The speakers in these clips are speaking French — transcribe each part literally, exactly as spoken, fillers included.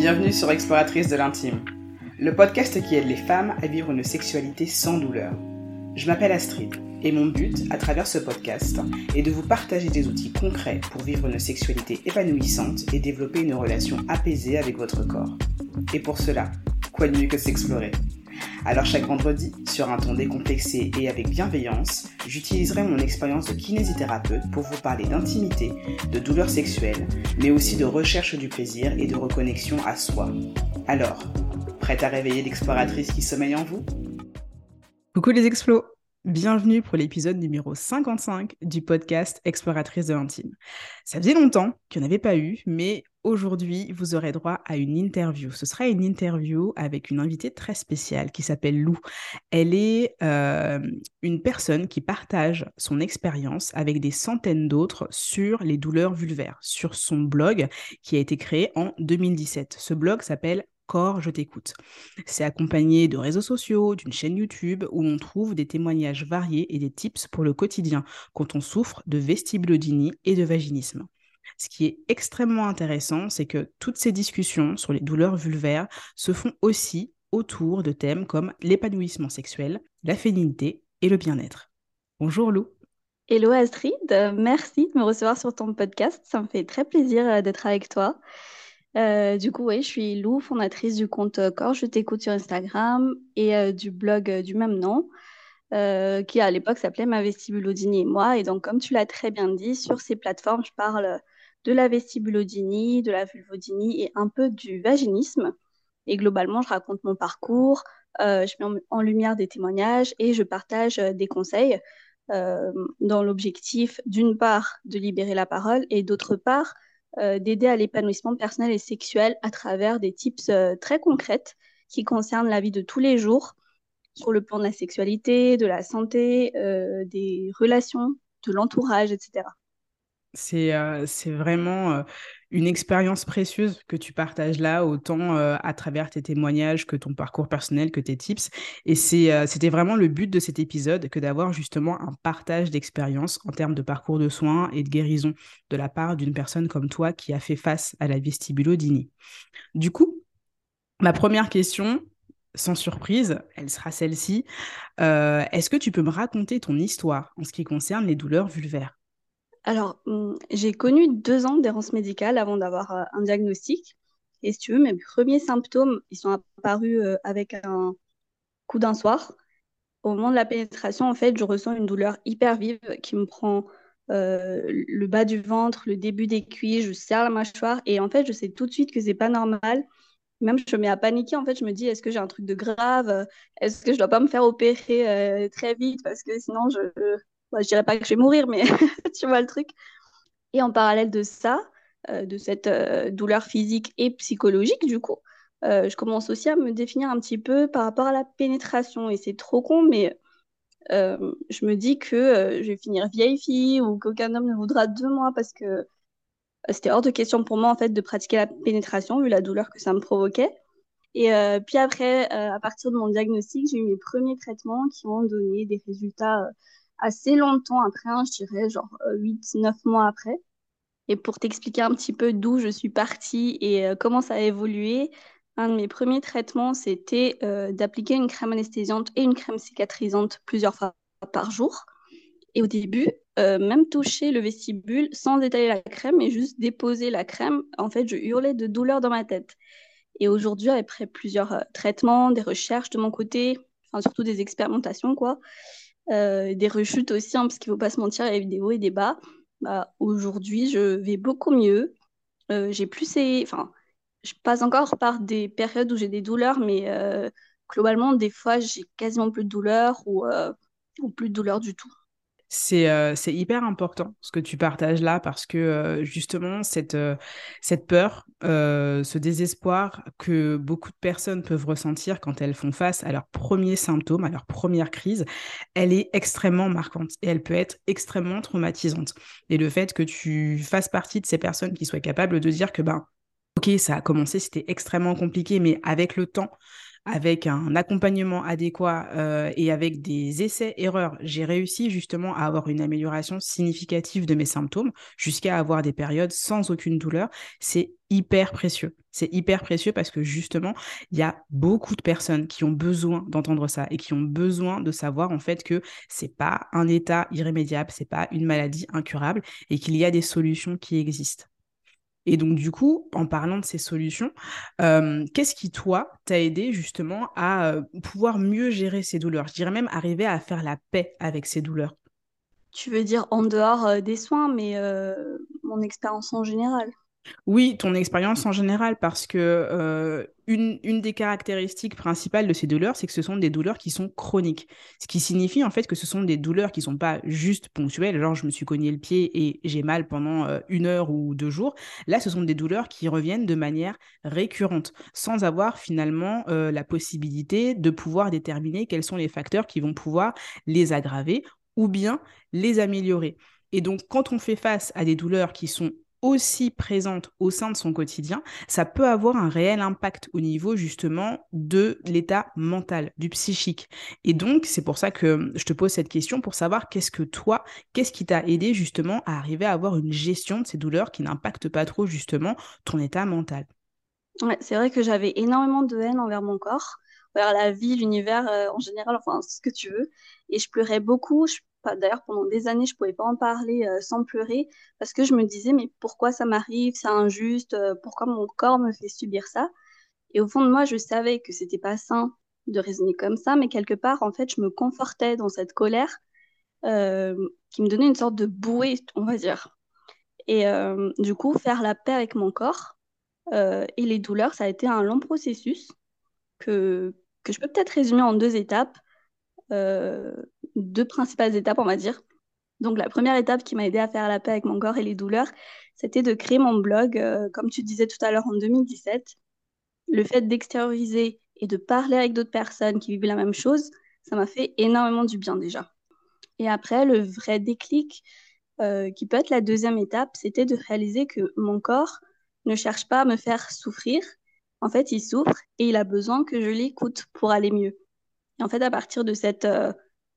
Bienvenue sur Exploratrice de l'intime, le podcast qui aide les femmes à vivre une sexualité sans douleur. Je m'appelle Astrid et mon but, à travers ce podcast, est de vous partager des outils concrets pour vivre une sexualité épanouissante et développer une relation apaisée avec votre corps. Et pour cela, quoi de mieux que s'explorer ? Alors chaque vendredi, sur un ton décomplexé et avec bienveillance, j'utiliserai mon expérience de kinésithérapeute pour vous parler d'intimité, de douleurs sexuelles, mais aussi de recherche du plaisir et de reconnexion à soi. Alors, prête à réveiller l'exploratrice qui sommeille en vous ? Coucou les explos, bienvenue pour l'épisode numéro cinquante-cinq du podcast Exploratrice de l'intime. Ça faisait longtemps qu'il n'y en avait pas eu, mais aujourd'hui, vous aurez droit à une interview. Ce sera une interview avec une invitée très spéciale qui s'appelle Lou. Elle est euh, une personne qui partage son expérience avec des centaines d'autres sur les douleurs vulvaires, sur son blog qui a été créé en deux mille dix-sept. Ce blog s'appelle Corps, je t'écoute. C'est accompagné de réseaux sociaux, d'une chaîne YouTube où on trouve des témoignages variés et des tips pour le quotidien quand on souffre de vestibulodynie et de vaginisme. Ce qui est extrêmement intéressant, c'est que toutes ces discussions sur les douleurs vulvaires se font aussi autour de thèmes comme l'épanouissement sexuel, la féminité et le bien-être. Bonjour Lou. Hello Astrid, merci de me recevoir sur ton podcast, ça me fait très plaisir d'être avec toi. Euh, du coup, oui, je suis Lou, fondatrice du compte Corps, je t'écoute sur Instagram et euh, du blog euh, du même nom, euh, qui à l'époque s'appelait Ma vestibulodynie et moi. Et donc, comme tu l'as très bien dit, sur ces plateformes, je parle de la vestibulodynie, de la vulvodynie et un peu du vaginisme. Et globalement, je raconte mon parcours, euh, je mets en, en lumière des témoignages et je partage euh, des conseils euh, dans l'objectif, d'une part, de libérer la parole et d'autre part, Euh, d'aider à l'épanouissement personnel et sexuel à travers des tips euh, très concrètes qui concernent la vie de tous les jours sur le plan de la sexualité, de la santé, euh, des relations, de l'entourage, et cetera. C'est, euh, c'est vraiment euh, une expérience précieuse que tu partages là, autant euh, à travers tes témoignages que ton parcours personnel, que tes tips. Et c'est, euh, c'était vraiment le but de cet épisode, que d'avoir justement un partage d'expérience en termes de parcours de soins et de guérison de la part d'une personne comme toi qui a fait face à la vestibulodynie. Du coup, ma première question, sans surprise, elle sera celle-ci. Euh, est-ce que tu peux me raconter ton histoire en ce qui concerne les douleurs vulvaires ? Alors, hum, j'ai connu deux ans d'errance médicale avant d'avoir euh, un diagnostic. Et si tu veux, mes premiers symptômes, ils sont apparus euh, avec un coup d'un soir. Au moment de la pénétration, en fait, je ressens une douleur hyper vive qui me prend euh, le bas du ventre, le début des cuisses, je serre la mâchoire et en fait, je sais tout de suite que c'est pas normal. Même je me mets à paniquer, en fait, je me dis, est-ce que j'ai un truc de grave? Est-ce que je dois pas me faire opérer euh, très vite parce que sinon, je, bah, je dirais pas que je vais mourir, mais tu vois le truc. Et en parallèle de ça, euh, de cette euh, douleur physique et psychologique, du coup, euh, je commence aussi à me définir un petit peu par rapport à la pénétration. Et c'est trop con, mais euh, je me dis que euh, je vais finir vieille fille ou qu'aucun homme ne voudra de moi parce que euh, c'était hors de question pour moi en fait de pratiquer la pénétration vu la douleur que ça me provoquait. Et euh, puis après, euh, à partir de mon diagnostic, j'ai eu mes premiers traitements qui ont donné des résultats euh, assez longtemps après, hein, je dirais genre euh, huit neuf mois après. Et pour t'expliquer un petit peu d'où je suis partie et euh, comment ça a évolué, un de mes premiers traitements, c'était euh, d'appliquer une crème anesthésiante et une crème cicatrisante plusieurs fois par jour. Et au début, euh, même toucher le vestibule sans étaler la crème et juste déposer la crème, en fait, je hurlais de douleur dans ma tête. Et aujourd'hui, après plusieurs euh, traitements, des recherches de mon côté, enfin surtout des expérimentations, quoi, euh, des rechutes aussi, hein, parce qu'il ne faut pas se mentir, il y a eu des hauts et des bas. Bah, aujourd'hui, je vais beaucoup mieux. Euh, j'ai plus ces... Enfin, je passe encore par des périodes où j'ai des douleurs, mais euh, globalement, des fois, j'ai quasiment plus de douleurs ou, euh, ou plus de douleurs du tout. C'est euh, c'est hyper important ce que tu partages là parce que euh, justement cette, euh, cette peur, euh, ce désespoir que beaucoup de personnes peuvent ressentir quand elles font face à leurs premiers symptômes, à leur première crise, elle est extrêmement marquante et elle peut être extrêmement traumatisante. Et le fait que tu fasses partie de ces personnes qui soient capables de dire que ben ok, ça a commencé, c'était extrêmement compliqué, mais avec le temps, avec un accompagnement adéquat euh, et avec des essais-erreurs, j'ai réussi justement à avoir une amélioration significative de mes symptômes jusqu'à avoir des périodes sans aucune douleur. C'est hyper précieux. C'est hyper précieux parce que justement, il y a beaucoup de personnes qui ont besoin d'entendre ça et qui ont besoin de savoir en fait que c'est pas un état irrémédiable, c'est pas une maladie incurable et qu'il y a des solutions qui existent. Et donc, du coup, en parlant de ces solutions, euh, qu'est-ce qui, toi, t'a aidé justement à euh, pouvoir mieux gérer ces douleurs? Je dirais même arriver à faire la paix avec ces douleurs. Tu veux dire en dehors euh, des soins, mais euh, mon expérience en général. Oui, ton expérience en général, parce que euh, une, une des caractéristiques principales de ces douleurs, c'est que ce sont des douleurs qui sont chroniques. Ce qui signifie en fait que ce sont des douleurs qui ne sont pas juste ponctuelles, genre je me suis cogné le pied et j'ai mal pendant euh, une heure ou deux jours. Là, ce sont des douleurs qui reviennent de manière récurrente, sans avoir finalement euh, la possibilité de pouvoir déterminer quels sont les facteurs qui vont pouvoir les aggraver ou bien les améliorer. Et donc, quand on fait face à des douleurs qui sont aussi présente au sein de son quotidien, ça peut avoir un réel impact au niveau justement de l'état mental, du psychique. Et donc, c'est pour ça que je te pose cette question pour savoir qu'est-ce que toi, qu'est-ce qui t'a aidé justement à arriver à avoir une gestion de ces douleurs qui n'impactent pas trop justement ton état mental. Ouais, c'est vrai que j'avais énormément de haine envers mon corps, envers la vie, l'univers euh, en général, enfin ce que tu veux. Et je pleurais beaucoup. Je, pas- d'ailleurs, pendant des années, je pouvais pas en parler euh, sans pleurer parce que je me disais, mais pourquoi ça m'arrive? C'est injuste. Euh, pourquoi mon corps me fait subir ça? Et au fond de moi, je savais que c'était pas sain de raisonner comme ça, mais quelque part, en fait, je me confortais dans cette colère euh, qui me donnait une sorte de bouée, on va dire. Et euh, du coup, faire la paix avec mon corps euh, et les douleurs, ça a été un long processus que, que je peux peut-être résumer en deux étapes, euh, deux principales étapes, on va dire. Donc, la première étape qui m'a aidé à faire la paix avec mon corps et les douleurs, c'était de créer mon blog, euh, comme tu disais tout à l'heure, en deux mille dix-sept. Le fait d'extérioriser et de parler avec d'autres personnes qui vivent la même chose, ça m'a fait énormément du bien déjà. Et après, le vrai déclic, euh, qui peut être la deuxième étape, c'était de réaliser que mon corps ne cherche pas à me faire souffrir. En fait, il souffre et il a besoin que je l'écoute pour aller mieux. Et en fait, à partir de cette euh,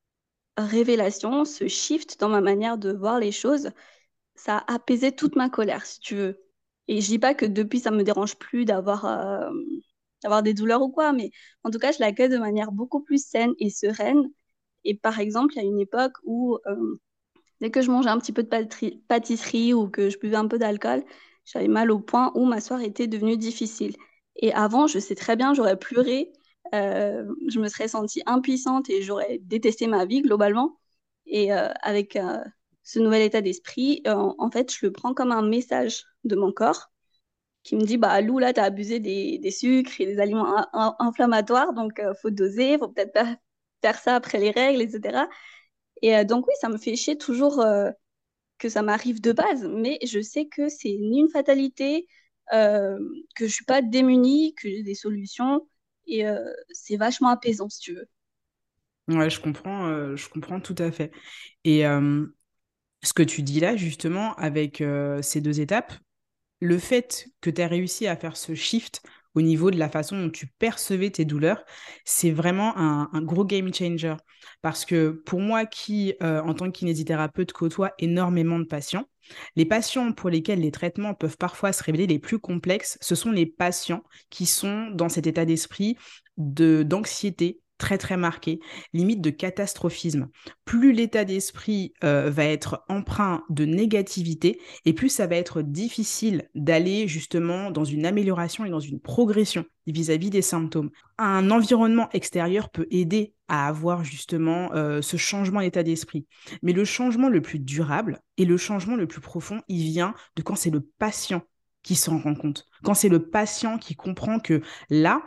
révélation, ce shift dans ma manière de voir les choses, ça a apaisé toute ma colère, si tu veux. Et je dis pas que depuis, ça me dérange plus d'avoir euh, d'avoir des douleurs ou quoi, mais en tout cas, je l'accueille de manière beaucoup plus saine et sereine. Et par exemple, il y a une époque où euh, dès que je mangeais un petit peu de pâtisserie, pâtisserie ou que je buvais un peu d'alcool, j'avais mal au point où ma soirée était devenue difficile. Et avant, je sais très bien, j'aurais pleuré, euh, je me serais sentie impuissante et j'aurais détesté ma vie globalement. Et euh, avec euh, ce nouvel état d'esprit, euh, en, en fait, je le prends comme un message de mon corps qui me dit, bah, Lou, là, t'as abusé des, des sucres et des aliments in- in- inflammatoires, donc euh, faut doser, faut peut-être pas faire ça après les règles, et cetera. Et euh, donc oui, ça me fait chier toujours euh, que ça m'arrive de base, mais je sais que c'est ni une fatalité, euh, que je suis pas démunie, que j'ai des solutions, et euh, c'est vachement apaisant, si tu veux. Ouais, je comprends, euh, je comprends tout à fait. Et euh, ce que tu dis là, justement, avec euh, ces deux étapes, le fait que tu aies réussi à faire ce shift au niveau de la façon dont tu percevais tes douleurs, c'est vraiment un, un gros game changer. Parce que pour moi qui, euh, en tant que kinésithérapeute, côtoie énormément de patients, les patients pour lesquels les traitements peuvent parfois se révéler les plus complexes, ce sont les patients qui sont dans cet état d'esprit de d'anxiété très très marqué, limite de catastrophisme. Plus l'état d'esprit euh, va être empreint de négativité, et plus ça va être difficile d'aller justement dans une amélioration et dans une progression vis-à-vis des symptômes. Un environnement extérieur peut aider à avoir justement euh, ce changement d'état d'esprit. Mais le changement le plus durable et le changement le plus profond, il vient de quand c'est le patient qui s'en rend compte. Quand c'est le patient qui comprend que là,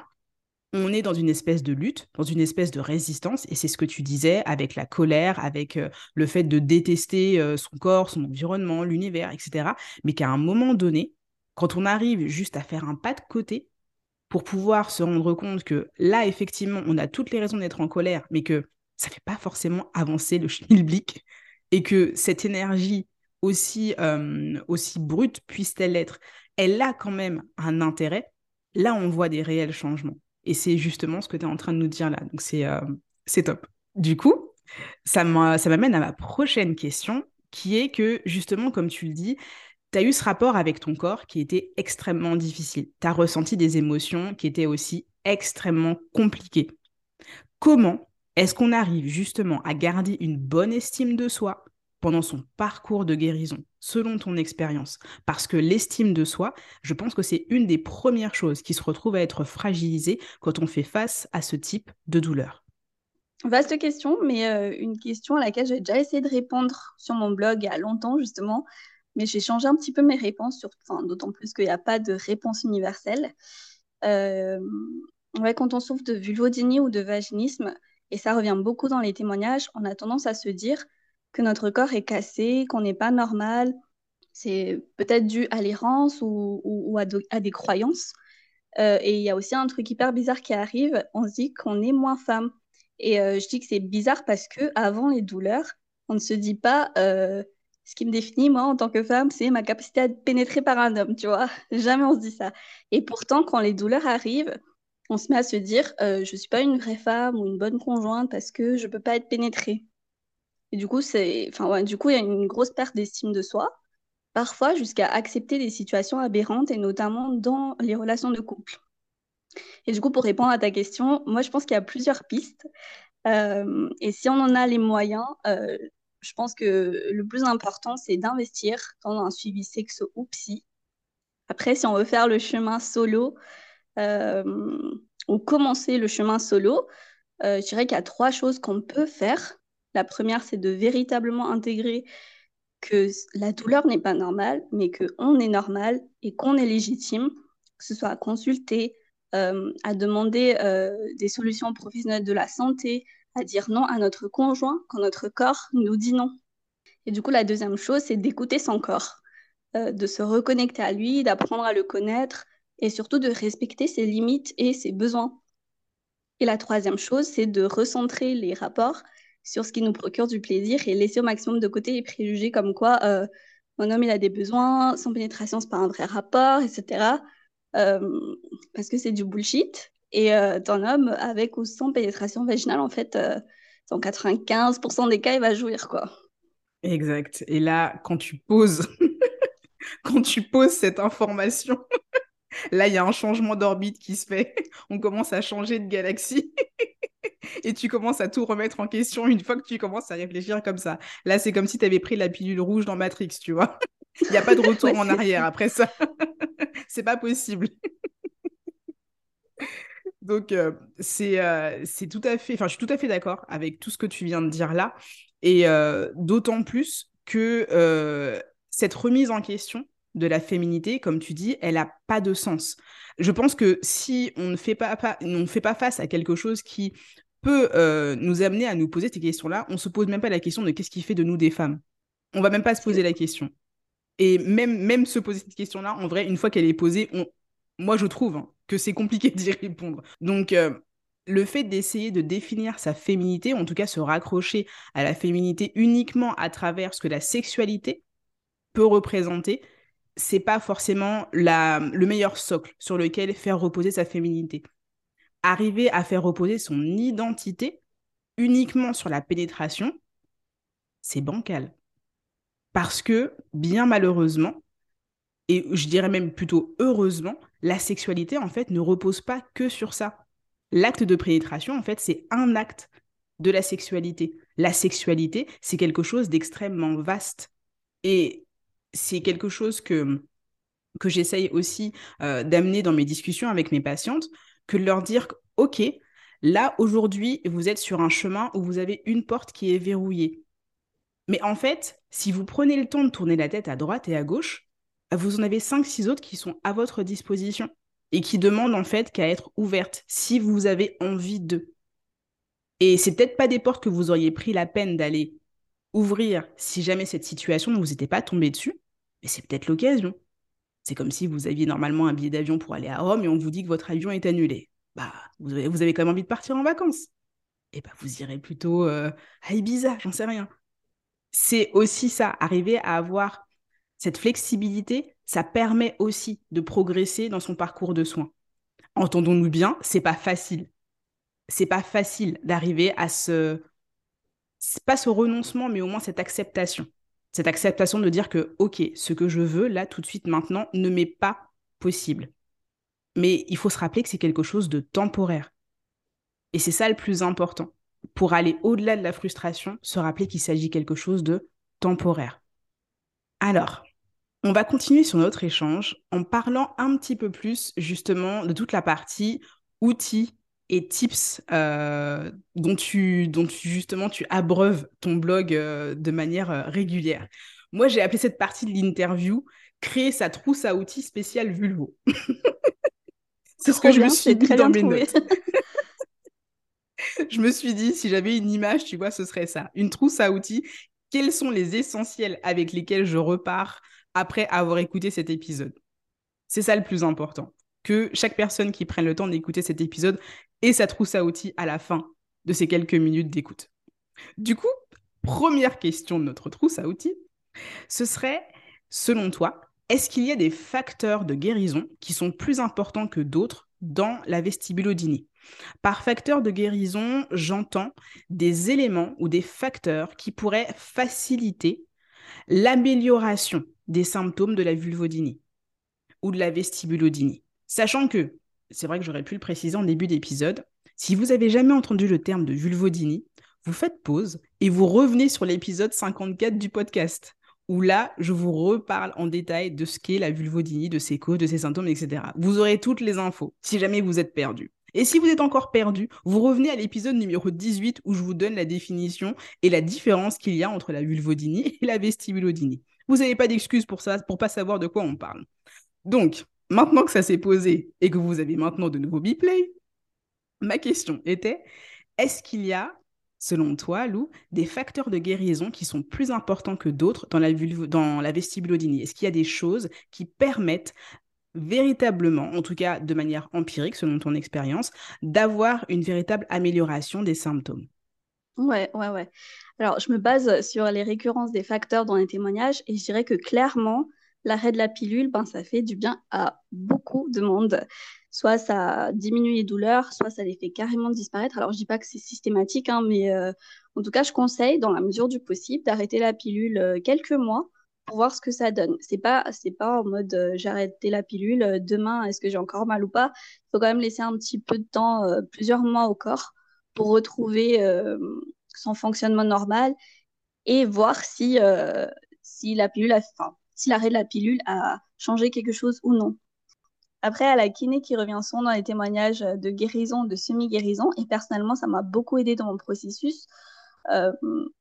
on est dans une espèce de lutte, dans une espèce de résistance, et c'est ce que tu disais avec la colère, avec euh, le fait de détester euh, son corps, son environnement, l'univers, et cetera. Mais qu'à un moment donné, quand on arrive juste à faire un pas de côté pour pouvoir se rendre compte que là, effectivement, on a toutes les raisons d'être en colère, mais que ça ne fait pas forcément avancer le schmilblick, et que cette énergie, aussi, euh, aussi brute puisse-t-elle être, elle a quand même un intérêt, là, on voit des réels changements. Et c'est justement ce que tu es en train de nous dire là. Donc, c'est euh, c'est top. Du coup, ça m'a- ça m'amène à ma prochaine question, qui est que, justement, comme tu le dis, tu as eu ce rapport avec ton corps qui était extrêmement difficile. Tu as ressenti des émotions qui étaient aussi extrêmement compliquées. Comment est-ce qu'on arrive justement à garder une bonne estime de soi pendant son parcours de guérison, selon ton expérience? Parce que l'estime de soi, je pense que c'est une des premières choses qui se retrouve à être fragilisée quand on fait face à ce type de douleur. Vaste question, mais euh, une question à laquelle j'ai déjà essayé de répondre sur mon blog il y a longtemps, justement. Mais j'ai changé un petit peu mes réponses, sur... enfin, d'autant plus qu'il n'y a pas de réponse universelle. Euh, ouais, quand on souffre de vulvodynie ou de vaginisme, et ça revient beaucoup dans les témoignages, on a tendance à se dire que notre corps est cassé, qu'on n'est pas normal. C'est peut-être dû à l'errance ou, ou, ou à, de- à des croyances. Euh, et il y a aussi un truc hyper bizarre qui arrive, on se dit qu'on est moins femme. Et euh, je dis que c'est bizarre parce que avant les douleurs, on ne se dit pas euh, ce qui me définit, moi, en tant que femme, c'est ma capacité à être pénétrée par un homme, tu vois. Jamais on se dit ça. Et pourtant, quand les douleurs arrivent, on se met à se dire euh, je suis pas une vraie femme ou une bonne conjointe parce que je peux pas être pénétrée. Et du coup, c'est, enfin, ouais, du coup, il y a une grosse perte d'estime de soi, parfois jusqu'à accepter des situations aberrantes et notamment dans les relations de couple. Et du coup, pour répondre à ta question, moi, je pense qu'il y a plusieurs pistes. Euh, et si on en a les moyens, euh, je pense que le plus important, c'est d'investir dans un suivi sexo ou psy. Après, si on veut faire le chemin solo euh, ou commencer le chemin solo, euh, je dirais qu'il y a trois choses qu'on peut faire. La première, c'est de véritablement intégrer que la douleur n'est pas normale, mais qu'on est normal et qu'on est légitime, que ce soit à consulter, euh, à demander euh, des solutions professionnelles de la santé, à dire non à notre conjoint quand notre corps nous dit non. Et du coup, la deuxième chose, c'est d'écouter son corps, euh, de se reconnecter à lui, d'apprendre à le connaître et surtout de respecter ses limites et ses besoins. Et la troisième chose, c'est de recentrer les rapports sur ce qui nous procure du plaisir et laisser au maximum de côté les préjugés comme quoi euh, mon homme il a des besoins, sans pénétration c'est pas un vrai rapport, et cetera. Euh, parce que c'est du bullshit. Et euh, ton homme avec ou sans pénétration vaginale, en fait, euh, dans quatre-vingt-quinze pour cent des cas, il va jouir, quoi. Exact. Et là, quand tu poses, quand tu poses cette information, là, il y a un changement d'orbite qui se fait. On commence à changer de galaxie et tu commences à tout remettre en question une fois que tu commences à réfléchir comme ça. Là, c'est comme si tu avais pris la pilule rouge dans Matrix, tu vois. Il n'y a pas de retour Ouais, en c'est ça. arrière après ça. C'est pas possible. Donc, euh, c'est euh, c'est tout à fait, enfin, je suis tout à fait d'accord avec tout ce que tu viens de dire là. Et euh, d'autant plus que euh, cette remise en question de la féminité, comme tu dis, elle n'a pas de sens. Je pense que si on ne fait pas, pas, on ne fait pas face à quelque chose qui peut euh, nous amener à nous poser ces questions-là, on se pose même pas la question de qu'est-ce qui fait de nous des femmes. On va même pas se poser C'est la question. Et même, même se poser cette question-là, en vrai, une fois qu'elle est posée, on... moi, je trouve hein, que c'est compliqué d'y répondre. Donc, euh, le fait d'essayer de définir sa féminité, ou en tout cas se raccrocher à la féminité uniquement à travers ce que la sexualité peut représenter, c'est pas forcément la... le meilleur socle sur lequel faire reposer sa féminité. Arriver à faire reposer son identité uniquement sur la pénétration, c'est bancal. Parce que, bien malheureusement, et je dirais même plutôt heureusement, la sexualité, en fait, ne repose pas que sur ça. L'acte de pénétration, en fait, c'est un acte de la sexualité. La sexualité, c'est quelque chose d'extrêmement vaste. Et c'est quelque chose que, que j'essaye aussi euh, d'amener dans mes discussions avec mes patientes, que de leur dire, OK, là, aujourd'hui, vous êtes sur un chemin où vous avez une porte qui est verrouillée. Mais en fait, si vous prenez le temps de tourner la tête à droite et à gauche, vous en avez cinq, six autres qui sont à votre disposition et qui demandent en fait qu'à être ouvertes si vous avez envie d'eux. Et c'est peut-être pas des portes que vous auriez pris la peine d'aller ouvrir si jamais cette situation ne vous était pas tombée dessus, mais c'est peut-être l'occasion. C'est comme si vous aviez normalement un billet d'avion pour aller à Rome et on vous dit que votre avion est annulé. Bah, vous avez, vous avez quand même envie de partir en vacances. Et bah, vous irez plutôt euh, à Ibiza, j'en sais rien. C'est aussi ça, arriver à avoir cette flexibilité, ça permet aussi de progresser dans son parcours de soins. entendons-nous bien, c'est pas facile. C'est pas facile d'arriver à ce, c'est pas ce renoncement, mais au moins cette acceptation. Cette acceptation de dire que, ok, ce que je veux, là, tout de suite, maintenant, ne m'est pas possible. Mais il faut se rappeler que c'est quelque chose de temporaire. Et c'est ça le plus important. Pour aller au-delà de la frustration, se rappeler qu'il s'agit de quelque chose de temporaire. Alors, on va continuer sur notre échange en parlant un petit peu plus justement de toute la partie outils et tips euh, dont, tu, dont tu justement tu abreuves ton blog euh, de manière euh, régulière. Moi, j'ai appelé cette partie de l'interview créer sa trousse à outils spéciale vulvo. C'est ce que Trop je me bien, suis c'est dit très dans bien mes trouvé. notes. Je me suis dit, si j'avais une image, tu vois, ce serait ça. Une trousse à outils. Quels sont les essentiels avec lesquels je repars après avoir écouté cet épisode? C'est ça le plus important. Que chaque personne qui prenne le temps d'écouter cet épisode ait sa trousse à outils à la fin de ces quelques minutes d'écoute. Du coup, première question de notre trousse à outils, ce serait, selon toi, est-ce qu'il y a des facteurs de guérison qui sont plus importants que d'autres dans la vestibulodynie? Par facteur de guérison, j'entends des éléments ou des facteurs qui pourraient faciliter l'amélioration des symptômes de la vulvodynie ou de la vestibulodynie. Sachant que, c'est vrai que j'aurais pu le préciser en début d'épisode, si vous avez jamais entendu le terme de vulvodynie, vous faites pause et vous revenez sur l'épisode cinquante-quatre du podcast, où là, je vous reparle en détail de ce qu'est la vulvodynie, de ses causes, de ses symptômes, et cetera. Vous aurez toutes les infos, si jamais vous êtes perdu. Et si vous êtes encore perdu, vous revenez à l'épisode numéro dix-huit où je vous donne la définition et la différence qu'il y a entre la vulvodynie et la vestibulodynie. Vous n'avez pas d'excuse pour ça, pour pas savoir de quoi on parle. Donc, maintenant que ça s'est posé et que vous avez maintenant de nouveaux biplays, ma question était, est-ce qu'il y a, selon toi, Lou, des facteurs de guérison qui sont plus importants que d'autres dans la, vulvo- dans la vestibulodynie? Est-ce qu'il y a des choses qui permettent véritablement, en tout cas de manière empirique, selon ton expérience, d'avoir une véritable amélioration des symptômes? Ouais, ouais, ouais. Alors, je me base sur les récurrences des facteurs dans les témoignages et je dirais que clairement, l'arrêt de la pilule, ben, ça fait du bien à beaucoup de monde. Soit ça diminue les douleurs, soit ça les fait carrément disparaître. Alors, je dis pas que c'est systématique, hein, mais euh, en tout cas, je conseille, dans la mesure du possible, d'arrêter la pilule euh, quelques mois pour voir ce que ça donne. C'est pas, c'est pas en mode euh, j'ai arrêté la pilule, euh, demain, est-ce que j'ai encore mal ou pas? Il faut quand même laisser un petit peu de temps, euh, plusieurs mois au corps pour retrouver euh, son fonctionnement normal et voir si, euh, si la pilule a, enfin, si l'arrêt de la pilule a changé quelque chose ou non. Après, à la kiné qui revient souvent dans les témoignages de guérison, de semi-guérison, et personnellement, ça m'a beaucoup aidé dans mon processus euh,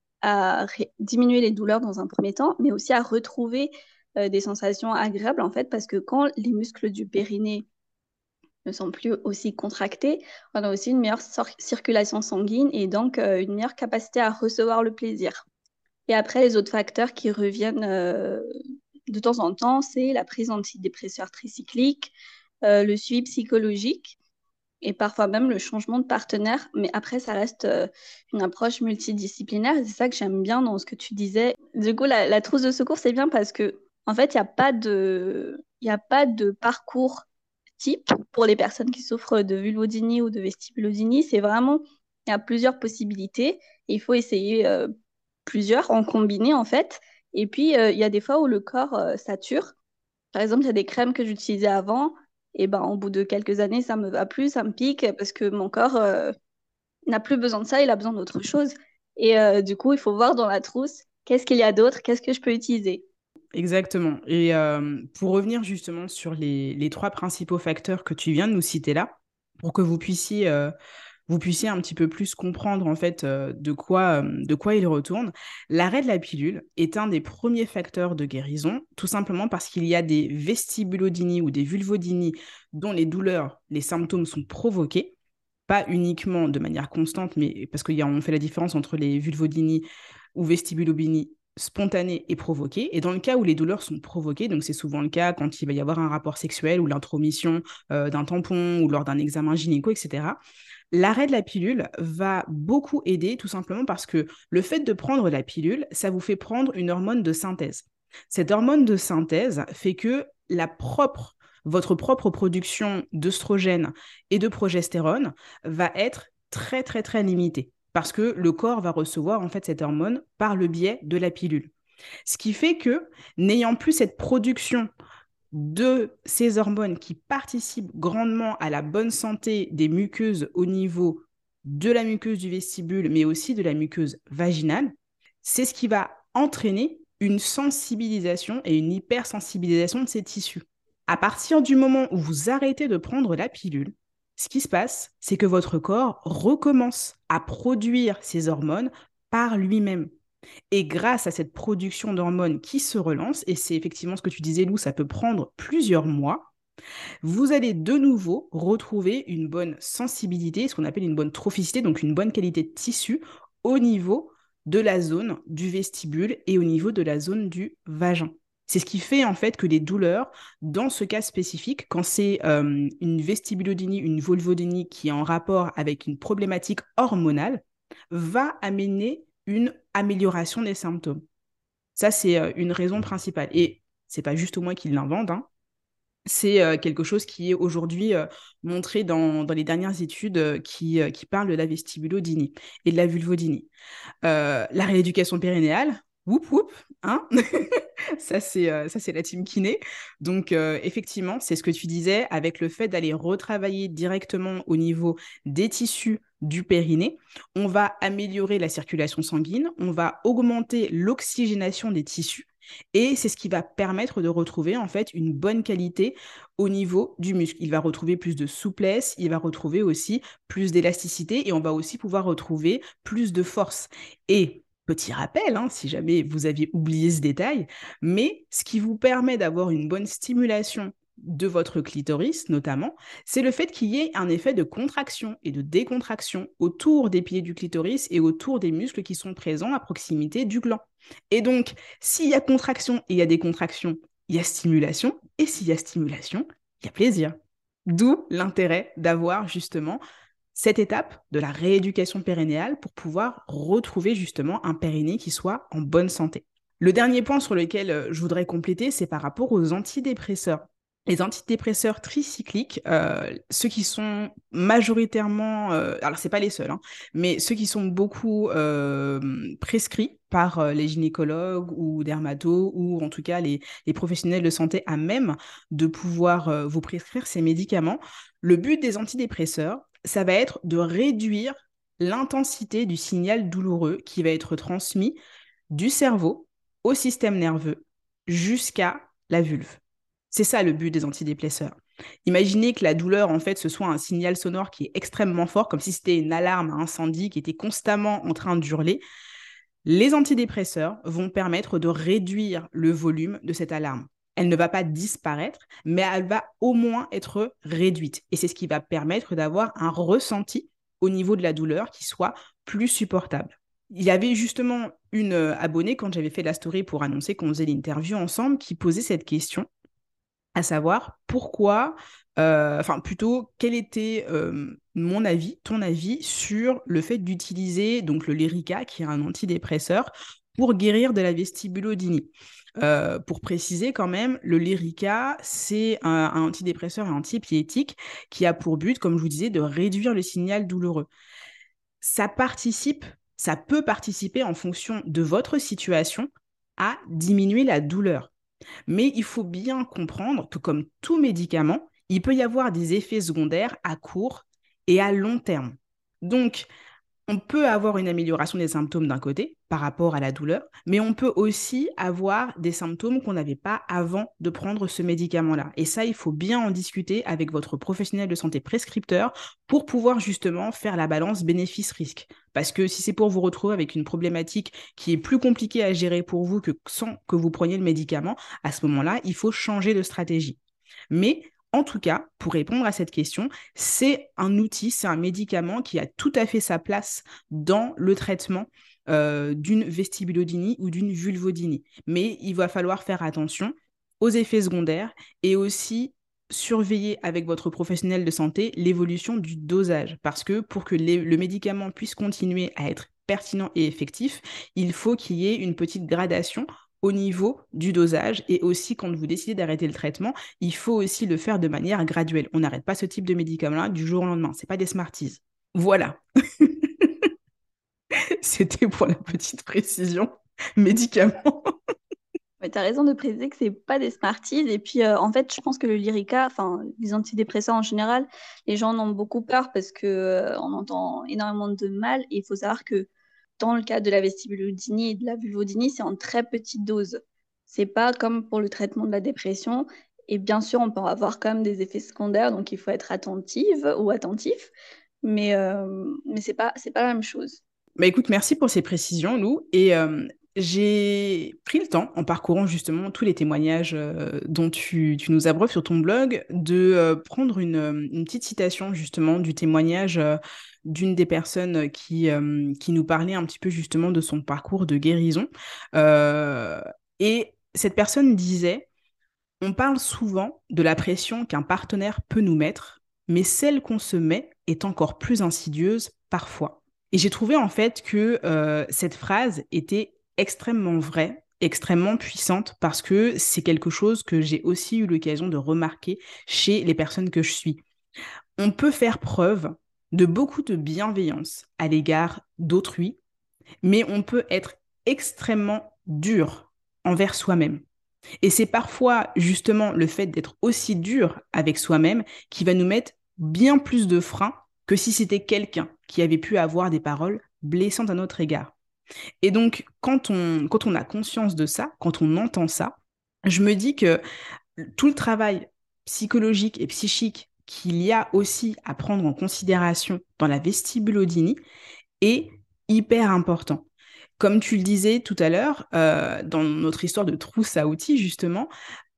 à ré- diminuer les douleurs dans un premier temps, mais aussi à retrouver euh, des sensations agréables, en fait, parce que quand les muscles du périnée ne sont plus aussi contractés, on a aussi une meilleure circulation sanguine et donc euh, une meilleure capacité à recevoir le plaisir. Et après, les autres facteurs qui reviennent euh, de temps en temps, c'est la prise d'antidépresseurs tricycliques, euh, le suivi psychologique et parfois même le changement de partenaire. Mais après, ça reste euh, une approche multidisciplinaire et c'est ça que j'aime bien dans ce que tu disais. Du coup, la, la trousse de secours, c'est bien parce que en fait, il n'y a pas de, il a pas de parcours type pour les personnes qui souffrent de vulvodynie ou de vestibulodynie. C'est vraiment, il y a plusieurs possibilités. Et il faut essayer euh, plusieurs en combiné en fait. Et puis, euh, il y a des fois où le corps euh, sature. Par exemple, il y a des crèmes que j'utilisais avant. Et ben, au bout de quelques années, ça me va plus, ça me pique parce que mon corps euh, n'a plus besoin de ça, il a besoin d'autre chose. Et euh, du coup, il faut voir dans la trousse qu'est-ce qu'il y a d'autre, qu'est-ce que je peux utiliser. Exactement. Et euh, pour revenir justement sur les, les trois principaux facteurs que tu viens de nous citer là, pour que vous puissiez, euh, vous puissiez un petit peu plus comprendre en fait euh, de quoi, euh, de quoi il retourne, l'arrêt de la pilule est un des premiers facteurs de guérison, tout simplement parce qu'il y a des vestibulodynies ou des vulvodynies dont les douleurs, les symptômes sont provoqués, pas uniquement de manière constante, mais parce qu'on fait la différence entre les vulvodynies ou vestibulodynies spontanée et provoquée. Et dans le cas où les douleurs sont provoquées, donc c'est souvent le cas quand il va y avoir un rapport sexuel ou l'intromission euh, d'un tampon ou lors d'un examen gynéco, et cetera, l'arrêt de la pilule va beaucoup aider tout simplement parce que le fait de prendre la pilule, ça vous fait prendre une hormone de synthèse. Cette hormone de synthèse fait que la propre votre propre production d'œstrogène et de progestérone va être très, très, très limitée parce que le corps va recevoir en fait cette hormone par le biais de la pilule. Ce qui fait que, n'ayant plus cette production de ces hormones qui participent grandement à la bonne santé des muqueuses au niveau de la muqueuse du vestibule, mais aussi de la muqueuse vaginale, c'est ce qui va entraîner une sensibilisation et une hypersensibilisation de ces tissus. À partir du moment où vous arrêtez de prendre la pilule, ce qui se passe, c'est que votre corps recommence à produire ces hormones par lui-même. Et grâce à cette production d'hormones qui se relance, et c'est effectivement ce que tu disais, Lou, ça peut prendre plusieurs mois, vous allez de nouveau retrouver une bonne sensibilité, ce qu'on appelle une bonne trophicité, donc une bonne qualité de tissu au niveau de la zone du vestibule et au niveau de la zone du vagin. C'est ce qui fait en fait que les douleurs, dans ce cas spécifique, quand c'est euh, une vestibulodynie, une vulvodynie qui est en rapport avec une problématique hormonale, va amener une amélioration des symptômes. Ça, c'est euh, une raison principale. Et c'est pas juste moi qui l'invente, hein. C'est euh, quelque chose qui est aujourd'hui euh, montré dans, dans les dernières études euh, qui, euh, qui parlent de la vestibulodynie et de la vulvodynie. Euh, la rééducation périnéale, whoop whoop, hein. Ça, c'est, euh, ça, c'est la team kiné. Donc, euh, effectivement, c'est ce que tu disais, avec le fait d'aller retravailler directement au niveau des tissus du périnée, on va améliorer la circulation sanguine, on va augmenter l'oxygénation des tissus, et c'est ce qui va permettre de retrouver en fait une bonne qualité au niveau du muscle. Il va retrouver plus de souplesse, il va retrouver aussi plus d'élasticité, et on va aussi pouvoir retrouver plus de force. Et petit rappel, hein, si jamais vous aviez oublié ce détail, mais ce qui vous permet d'avoir une bonne stimulation de votre clitoris notamment, c'est le fait qu'il y ait un effet de contraction et de décontraction autour des piliers du clitoris et autour des muscles qui sont présents à proximité du gland. Et donc, s'il y a contraction et il y a décontraction, il y a stimulation, et s'il y a stimulation, il y a plaisir. D'où l'intérêt d'avoir justement cette étape de la rééducation périnéale pour pouvoir retrouver justement un périnée qui soit en bonne santé. Le dernier point sur lequel je voudrais compléter, c'est par rapport aux antidépresseurs. Les antidépresseurs tricycliques, euh, ceux qui sont majoritairement, euh, alors c'est pas les seuls, hein, mais ceux qui sont beaucoup euh, prescrits par euh, les gynécologues ou dermatos ou en tout cas les, les professionnels de santé à même de pouvoir euh, vous prescrire ces médicaments. Le but des antidépresseurs, ça va être de réduire l'intensité du signal douloureux qui va être transmis du cerveau au système nerveux jusqu'à la vulve. C'est ça le but des antidépresseurs. Imaginez que la douleur, en fait, ce soit un signal sonore qui est extrêmement fort, comme si c'était une alarme à incendie qui était constamment en train d'hurler. Les antidépresseurs vont permettre de réduire le volume de cette alarme. Elle ne va pas disparaître, mais elle va au moins être réduite. Et c'est ce qui va permettre d'avoir un ressenti au niveau de la douleur qui soit plus supportable. Il y avait justement une abonnée, quand j'avais fait la story pour annoncer qu'on faisait l'interview ensemble, qui posait cette question, à savoir pourquoi, euh, enfin plutôt quel était euh, mon avis, ton avis sur le fait d'utiliser donc le Lyrica, qui est un antidépresseur, pour guérir de la vestibulodynie. Euh, pour préciser quand même, le Lyrica, c'est un, un antidépresseur et antipiétique qui a pour but, comme je vous disais, de réduire le signal douloureux. Ça participe, ça peut participer en fonction de votre situation à diminuer la douleur. Mais il faut bien comprendre que comme tout médicament, il peut y avoir des effets secondaires à court et à long terme. Donc, on peut avoir une amélioration des symptômes d'un côté par rapport à la douleur, mais on peut aussi avoir des symptômes qu'on n'avait pas avant de prendre ce médicament-là. Et ça, il faut bien en discuter avec votre professionnel de santé prescripteur pour pouvoir justement faire la balance bénéfice-risque. Parce que si c'est pour vous retrouver avec une problématique qui est plus compliquée à gérer pour vous que sans que vous preniez le médicament, à ce moment-là, il faut changer de stratégie. Mais en tout cas, pour répondre à cette question, c'est un outil, c'est un médicament qui a tout à fait sa place dans le traitement euh, d'une vestibulodynie ou d'une vulvodynie. Mais il va falloir faire attention aux effets secondaires et aussi surveiller avec votre professionnel de santé l'évolution du dosage. Parce que pour que les, le médicament puisse continuer à être pertinent et effectif, il faut qu'il y ait une petite gradation au niveau du dosage. Et aussi, quand vous décidez d'arrêter le traitement, il faut aussi le faire de manière graduelle. On n'arrête pas ce type de médicament-là du jour au lendemain. Ce n'est pas des Smarties. Voilà. C'était pour la petite précision. Médicaments. Mais tu as raison de préciser que c'est pas des Smarties. Et puis, euh, en fait, je pense que le Lyrica, enfin, les antidépresseurs en général, les gens en ont beaucoup peur parce que euh, on entend énormément de mal. Et il faut savoir que dans le cas de la vestibulodynie et de la vulvodynie, c'est en très petite dose. C'est pas comme pour le traitement de la dépression. Et bien sûr, on peut avoir quand même des effets secondaires, donc il faut être attentive ou attentif. Mais, euh, mais c'est pas, c'est pas la même chose. Bah écoute, merci pour ces précisions, Lou. Et euh, j'ai pris le temps, en parcourant justement tous les témoignages euh, dont tu, tu nous abreuves sur ton blog, de euh, prendre une, euh, une petite citation justement du témoignage euh, d'une des personnes qui, euh, qui nous parlait un petit peu justement de son parcours de guérison. Euh, et cette personne disait, on parle souvent de la pression qu'un partenaire peut nous mettre, mais celle qu'on se met est encore plus insidieuse parfois. Et j'ai trouvé en fait que euh, cette phrase était extrêmement vraie, extrêmement puissante, parce que c'est quelque chose que j'ai aussi eu l'occasion de remarquer chez les personnes que je suis. On peut faire preuve de beaucoup de bienveillance à l'égard d'autrui, mais on peut être extrêmement dur envers soi-même. Et c'est parfois justement le fait d'être aussi dur avec soi-même qui va nous mettre bien plus de freins que si c'était quelqu'un qui avait pu avoir des paroles blessantes à notre égard. Et donc, quand on, quand on a conscience de ça, quand on entend ça, je me dis que tout le travail psychologique et psychique qu'il y a aussi à prendre en considération dans la vestibulodynie est hyper important. Comme tu le disais tout à l'heure, euh, dans notre histoire de trousse à outils, justement,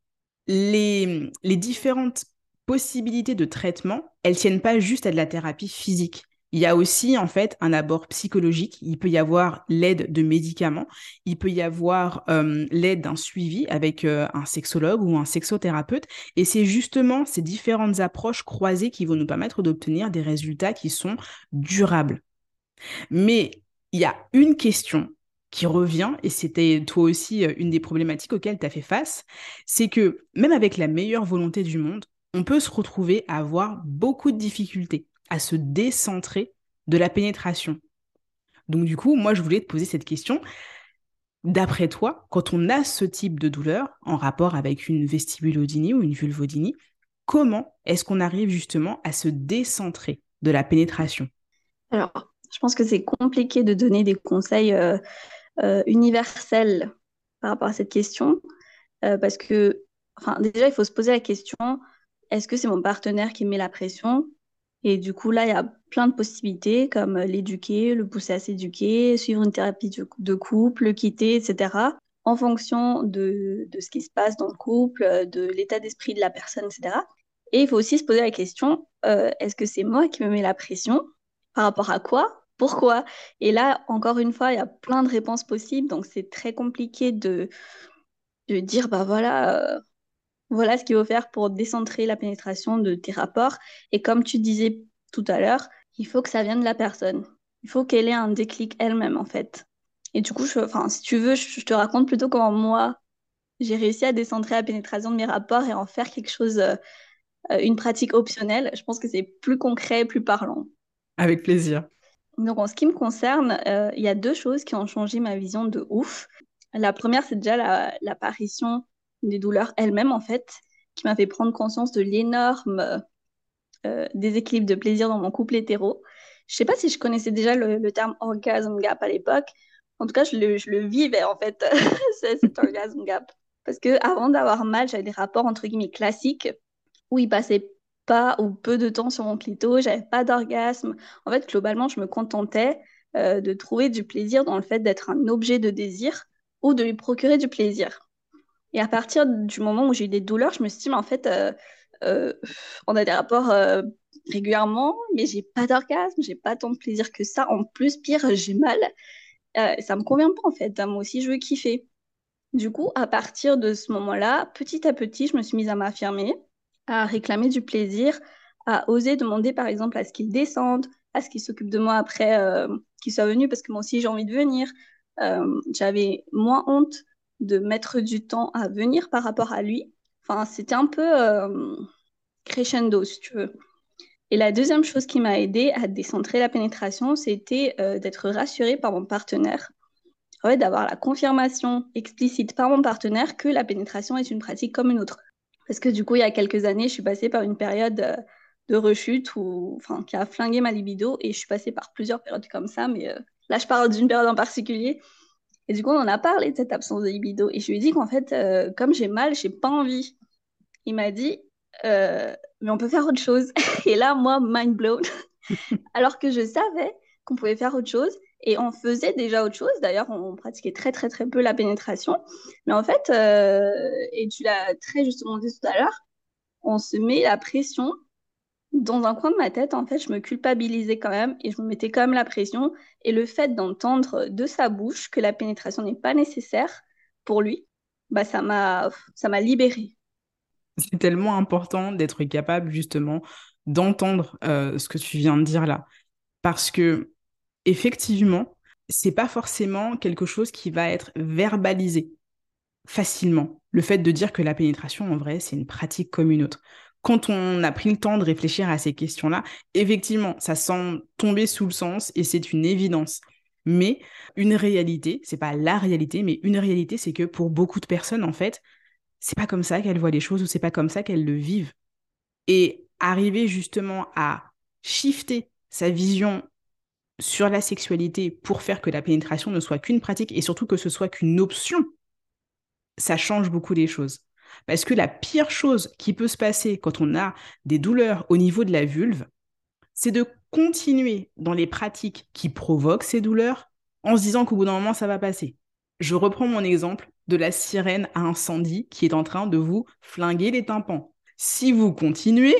les, les différentes possibilités de traitement, elles tiennent pas juste à de la thérapie physique. Il y a aussi, en fait, un abord psychologique. Il peut y avoir l'aide de médicaments. Il peut y avoir euh, l'aide d'un suivi avec euh, un sexologue ou un sexothérapeute. Et c'est justement ces différentes approches croisées qui vont nous permettre d'obtenir des résultats qui sont durables. Mais il y a une question qui revient, et c'était toi aussi euh, une des problématiques auxquelles tu as fait face, c'est que même avec la meilleure volonté du monde, on peut se retrouver à avoir beaucoup de difficultés à se décentrer de la pénétration. Donc du coup, moi, je voulais te poser cette question. D'après toi, quand on a ce type de douleur en rapport avec une vestibulodynie ou une vulvodynie, comment est-ce qu'on arrive justement à se décentrer de la pénétration? Alors, je pense que c'est compliqué de donner des conseils euh, euh, universels par rapport à cette question, euh, parce que, enfin, déjà, il faut se poser la question, est-ce que c'est mon partenaire qui met la pression? Et du coup, là, il y a plein de possibilités, comme l'éduquer, le pousser à s'éduquer, suivre une thérapie de de couple, le quitter, et cetera, en fonction de, de ce qui se passe dans le couple, euh, de l'état d'esprit de la personne, et cetera. Et il faut aussi se poser la question, euh, est-ce que c'est moi qui me mets la pression? Par rapport à quoi? Pourquoi? Et là, encore une fois, il y a plein de réponses possibles, donc c'est très compliqué de, de dire, bah voilà, euh, voilà ce qu'il faut faire pour décentrer la pénétration de tes rapports. Et comme tu disais tout à l'heure, il faut que ça vienne de la personne. Il faut qu'elle ait un déclic elle-même, en fait. Et du coup, je, enfin, si tu veux, je, je te raconte plutôt comment moi, j'ai réussi à décentrer la pénétration de mes rapports et en faire quelque chose, euh, euh, une pratique optionnelle. Je pense que c'est plus concret, plus parlant. Avec plaisir. Donc, en ce qui me concerne, euh, il y a deux choses qui ont changé ma vision de ouf. La première, c'est déjà la- l'apparition des douleurs elles-mêmes, en fait, qui m'a fait prendre conscience de l'énorme euh, déséquilibre de plaisir dans mon couple hétéro. Je sais pas si je connaissais déjà le, le terme orgasm gap à l'époque. En tout cas, je le, je le vivais, en fait, ce- cet orgasm gap. Parce que avant d'avoir mal, j'avais des rapports, entre guillemets, classiques, où il passait pas ou peu de temps sur mon clito, j'avais pas d'orgasme. En fait, globalement, je me contentais euh, de trouver du plaisir dans le fait d'être un objet de désir ou de lui procurer du plaisir. Et à partir du moment où j'ai eu des douleurs, je me suis dit, mais en fait, euh, euh, on a des rapports euh, régulièrement, mais j'ai pas d'orgasme, j'ai pas tant de plaisir que ça. En plus, pire, j'ai mal. Euh, ça me convient pas, en fait. Moi aussi, je veux kiffer. Du coup, à partir de ce moment-là, petit à petit, je me suis mise à m'affirmer, à réclamer du plaisir, à oser demander, par exemple, à ce qu'il descende, à ce qu'il s'occupe de moi après euh, qu'il soit venu, parce que moi aussi, j'ai envie de venir. Euh, j'avais moins honte de mettre du temps à venir par rapport à lui. Enfin, c'était un peu euh, crescendo, si tu veux. Et la deuxième chose qui m'a aidée à décentrer la pénétration, c'était euh, d'être rassurée par mon partenaire. En fait, d'avoir la confirmation explicite par mon partenaire que la pénétration est une pratique comme une autre. Parce que du coup, il y a quelques années, je suis passée par une période euh, de rechute où, enfin, qui a flingué ma libido et je suis passée par plusieurs périodes comme ça, mais euh, là, je parle d'une période en particulier. Et du coup, on en a parlé de cette absence de libido et je lui ai dit qu'en fait, euh, comme j'ai mal, j'ai pas envie. Il m'a dit, euh, mais on peut faire autre chose. Et là, moi, mind blown. Alors que je savais qu'on pouvait faire autre chose et on faisait déjà autre chose. D'ailleurs, on pratiquait très, très, très peu la pénétration. Mais en fait, euh, et tu l'as très justement dit tout à l'heure, on se met la pression dans un coin de ma tête. En fait, je me culpabilisais quand même et je me mettais quand même la pression. Et le fait d'entendre de sa bouche que la pénétration n'est pas nécessaire pour lui, bah, ça m'a, ça m'a libérée. C'est tellement important d'être capable justement d'entendre euh, ce que tu viens de dire là. Parce que, effectivement, c'est pas forcément quelque chose qui va être verbalisé facilement. Le fait de dire que la pénétration, en vrai, c'est une pratique comme une autre. Quand on a pris le temps de réfléchir à ces questions-là, effectivement, ça semble tomber sous le sens et c'est une évidence. Mais une réalité, c'est pas la réalité, mais une réalité, c'est que pour beaucoup de personnes, en fait, c'est pas comme ça qu'elles voient les choses ou c'est pas comme ça qu'elles le vivent. Et arriver justement à shifter sa vision sur la sexualité pour faire que la pénétration ne soit qu'une pratique et surtout que ce soit qu'une option, ça change beaucoup les choses. Parce que la pire chose qui peut se passer quand on a des douleurs au niveau de la vulve, c'est de continuer dans les pratiques qui provoquent ces douleurs en se disant qu'au bout d'un moment, ça va passer. Je reprends mon exemple de la sirène à incendie qui est en train de vous flinguer les tympans. Si vous continuez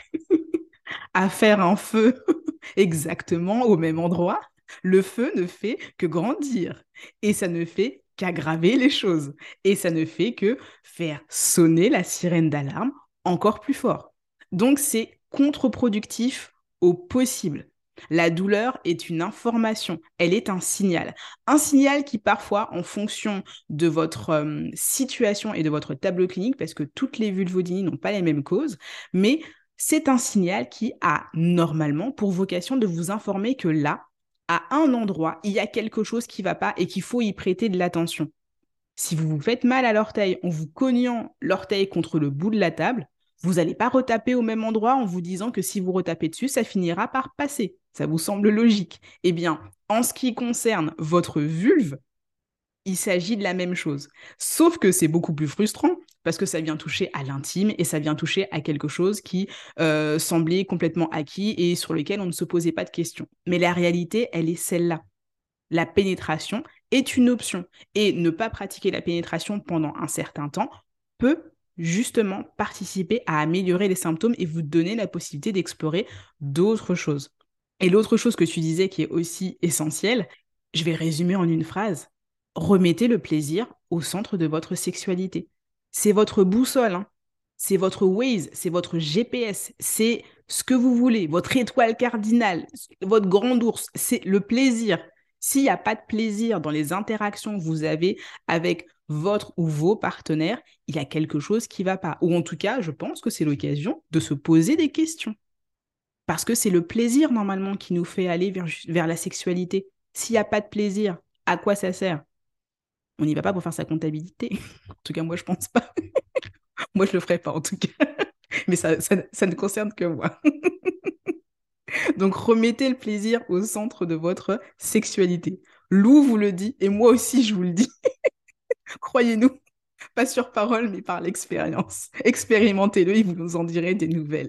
à faire un feu exactement au même endroit, le feu ne fait que grandir et ça ne fait qu'aggraver les choses et ça ne fait que faire sonner la sirène d'alarme encore plus fort. Donc c'est contre-productif au possible. La douleur est une information, elle est un signal. Un signal qui parfois, en fonction de votre euh, situation et de votre tableau clinique, parce que toutes les vulvodynies n'ont pas les mêmes causes, mais c'est un signal qui a normalement pour vocation de vous informer que là, à un endroit, il y a quelque chose qui ne va pas et qu'il faut y prêter de l'attention. Si vous vous faites mal à l'orteil en vous cognant l'orteil contre le bout de la table, vous n'allez pas retaper au même endroit en vous disant que si vous retapez dessus, ça finira par passer. Ça vous semble logique. Eh bien, en ce qui concerne votre vulve, il s'agit de la même chose. Sauf que c'est beaucoup plus frustrant parce que ça vient toucher à l'intime et ça vient toucher à quelque chose qui euh, semblait complètement acquis et sur lequel on ne se posait pas de questions. Mais la réalité, elle est celle-là. La pénétration est une option et ne pas pratiquer la pénétration pendant un certain temps peut justement participer à améliorer les symptômes et vous donner la possibilité d'explorer d'autres choses. Et l'autre chose que tu disais qui est aussi essentielle, je vais résumer en une phrase. Remettez le plaisir au centre de votre sexualité. C'est votre boussole, hein. C'est votre Waze, c'est votre G P S, c'est ce que vous voulez, votre étoile cardinale, votre grand ours, c'est le plaisir. S'il n'y a pas de plaisir dans les interactions que vous avez avec votre ou vos partenaires, il y a quelque chose qui ne va pas. Ou en tout cas, je pense que c'est l'occasion de se poser des questions. Parce que c'est le plaisir, normalement, qui nous fait aller vers, vers la sexualité. S'il n'y a pas de plaisir, à quoi ça sert? On n'y va pas pour faire sa comptabilité. En tout cas, moi, je pense pas. Moi, je le ferai pas, en tout cas. Mais ça, ça, ça ne concerne que moi. Donc, remettez le plaisir au centre de votre sexualité. Lou vous le dit, et moi aussi, je vous le dis. Croyez-nous, pas sur parole, mais par l'expérience. Expérimentez-le et vous nous en direz des nouvelles.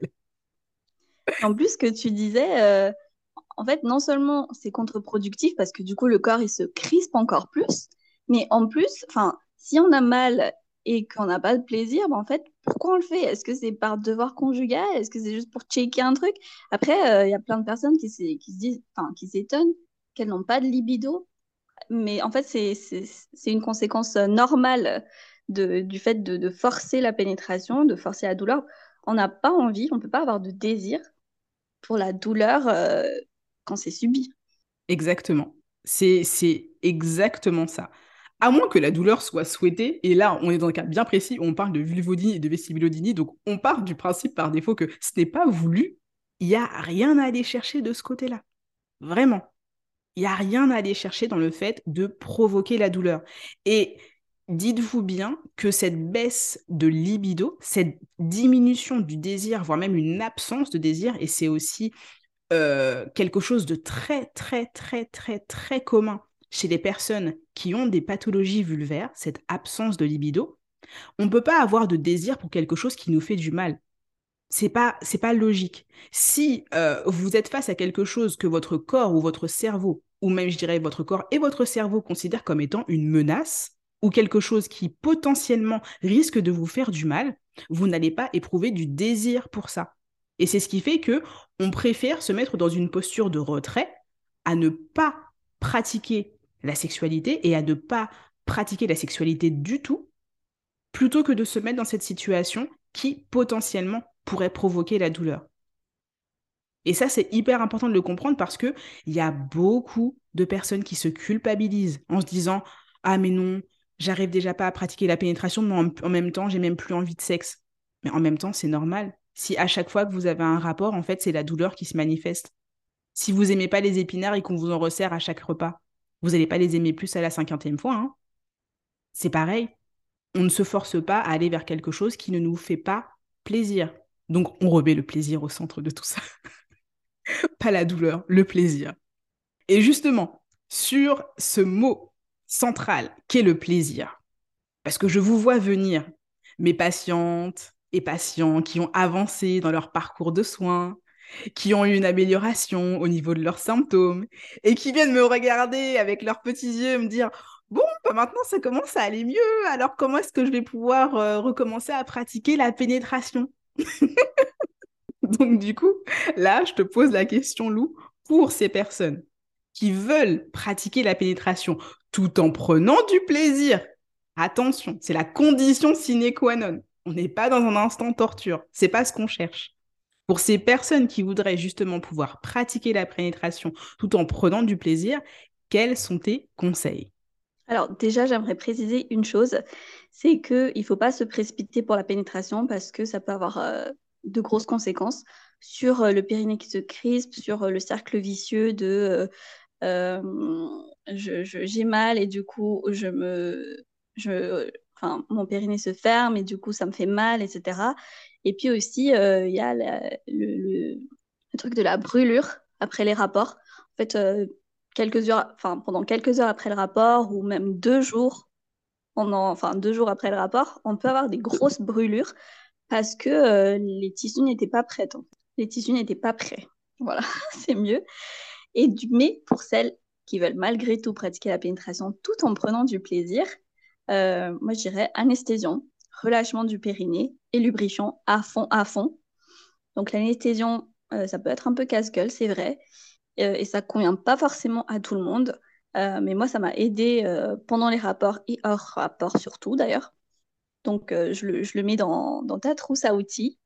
En plus, ce que tu disais, euh, en fait, non seulement c'est contre-productif parce que du coup, le corps, il se crispe encore plus, mais en plus, enfin, si on a mal et qu'on n'a pas de plaisir, ben, en fait, pourquoi on le fait? Est-ce que c'est par devoir conjugal? Est-ce que c'est juste pour checker un truc? Après, euh, il y a plein de personnes qui, s'é- qui se disent, enfin, qui s'étonnent qu'elles n'ont pas de libido, mais en fait, c'est, c'est, c'est une conséquence euh, normale de, du fait de, de forcer la pénétration, de forcer la douleur. On n'a pas envie, on peut pas avoir de désir pour la douleur euh, quand c'est subi. Exactement. C'est, c'est exactement ça. À moins que la douleur soit souhaitée, et là, on est dans un cas bien précis où on parle de vulvodynie et de vestibulodynie, donc on part du principe par défaut que ce n'est pas voulu, il n'y a rien à aller chercher de ce côté-là. Vraiment. Il n'y a rien à aller chercher dans le fait de provoquer la douleur. Et dites-vous bien que cette baisse de libido, cette diminution du désir, voire même une absence de désir, et c'est aussi euh, quelque chose de très, très, très, très, très commun chez les personnes qui ont des pathologies vulvaires, cette absence de libido, on ne peut pas avoir de désir pour quelque chose qui nous fait du mal. C'est pas, c'est pas logique. Si euh, vous êtes face à quelque chose que votre corps ou votre cerveau, ou même je dirais votre corps et votre cerveau considèrent comme étant une menace, ou quelque chose qui potentiellement risque de vous faire du mal, vous n'allez pas éprouver du désir pour ça. Et c'est ce qui fait que on préfère se mettre dans une posture de retrait, à ne pas pratiquer la sexualité et à ne pas pratiquer la sexualité du tout, plutôt que de se mettre dans cette situation qui potentiellement pourrait provoquer la douleur. Et ça, c'est hyper important de le comprendre parce qu'il y a beaucoup de personnes qui se culpabilisent en se disant « Ah mais non, j'arrive déjà pas à pratiquer la pénétration, mais en, en même temps, j'ai même plus envie de sexe. » Mais en même temps, c'est normal. Si à chaque fois que vous avez un rapport, en fait, c'est la douleur qui se manifeste. Si vous aimez pas les épinards et qu'on vous en resserre à chaque repas, vous n'allez pas les aimer plus à la cinquantième fois. Hein. C'est pareil. On ne se force pas à aller vers quelque chose qui ne nous fait pas plaisir. Donc, on remet le plaisir au centre de tout ça. Pas la douleur, le plaisir. Et justement, sur ce mot central qu'est le plaisir, parce que je vous vois venir, mes patientes et patients qui ont avancé dans leur parcours de soins, qui ont eu une amélioration au niveau de leurs symptômes, et qui viennent me regarder avec leurs petits yeux me dire « Bon, bah maintenant ça commence à aller mieux, alors comment est-ce que je vais pouvoir euh, recommencer à pratiquer la pénétration ?» Donc du coup, là, je te pose la question, Lou, pour ces personnes qui veulent pratiquer la pénétration tout en prenant du plaisir. Attention, c'est la condition sine qua non. On n'est pas dans un instant torture. C'est pas ce qu'on cherche. Pour ces personnes qui voudraient justement pouvoir pratiquer la pénétration tout en prenant du plaisir, quels sont tes conseils? Alors déjà, j'aimerais préciser une chose, c'est qu'il ne faut pas se précipiter pour la pénétration parce que ça peut avoir euh, de grosses conséquences sur euh, le périnée qui se crispe, sur euh, le cercle vicieux de euh, euh, je, je- j'ai mal et du coup je me, je, enfin, mon périnée se ferme et du coup ça me fait mal, et cetera. Et puis aussi, euh, il y a la- le, le- le truc de la brûlure après les rapports. En fait, euh, quelques heures, enfin, pendant quelques heures après le rapport ou même deux jours, pendant, enfin, deux jours après le rapport, on peut avoir des grosses brûlures parce que euh, les tissus n'étaient pas prêts. En fait. Les tissus n'étaient pas prêts. Voilà, c'est mieux. Et du, mais pour celles qui veulent malgré tout pratiquer la pénétration tout en prenant du plaisir, euh, moi je dirais anesthésion, relâchement du périnée et lubrifiant à fond, à fond. Donc l'anesthésion, euh, ça peut être un peu casse-gueule, c'est vrai, euh, et ça convient pas forcément à tout le monde. Euh, mais moi, ça m'a aidé euh, pendant les rapports et hors rapport surtout d'ailleurs. Donc, euh, je, le, je le mets dans, dans ta trousse à outils.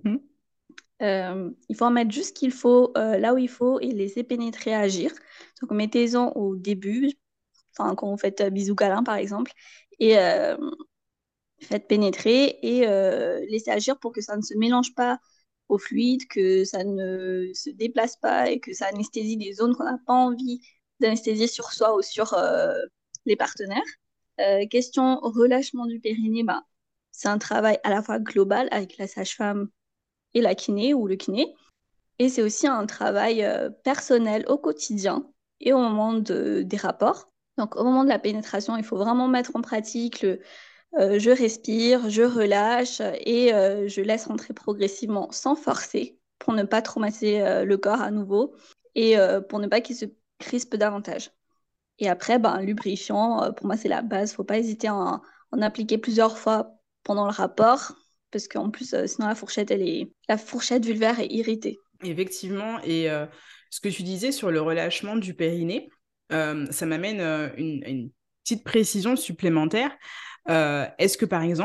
Euh, il faut en mettre juste ce qu'il faut euh, là où il faut et laisser pénétrer agir. Donc, mettez-en au début, enfin, quand vous faites euh, bisous câlin par exemple, et euh, faites pénétrer et euh, laissez agir pour que ça ne se mélange pas au fluide, que ça ne se déplace pas et que ça anesthésie des zones qu'on n'a pas envie d'anesthésier sur soi ou sur euh, les partenaires. Euh, question relâchement du périnée, bah, c'est un travail à la fois global avec la sage-femme et la kiné ou le kiné. Et c'est aussi un travail euh, personnel au quotidien et au moment de, des rapports. Donc au moment de la pénétration, il faut vraiment mettre en pratique le euh, je respire, je relâche et euh, je laisse rentrer progressivement sans forcer pour ne pas traumatiser euh, le corps à nouveau et euh, pour ne pas qu'il se crispe davantage. Et après, ben, lubrifiant, euh, pour moi, c'est la base. Faut pas hésiter à en, en appliquer plusieurs fois pendant le rapport parce qu'en plus, euh, sinon la fourchette, elle est... la fourchette vulvaire est irritée. Effectivement, et euh, ce que tu disais sur le relâchement du périnée, euh, ça m'amène euh, une, une petite précision supplémentaire. Euh, est-ce que par exemple,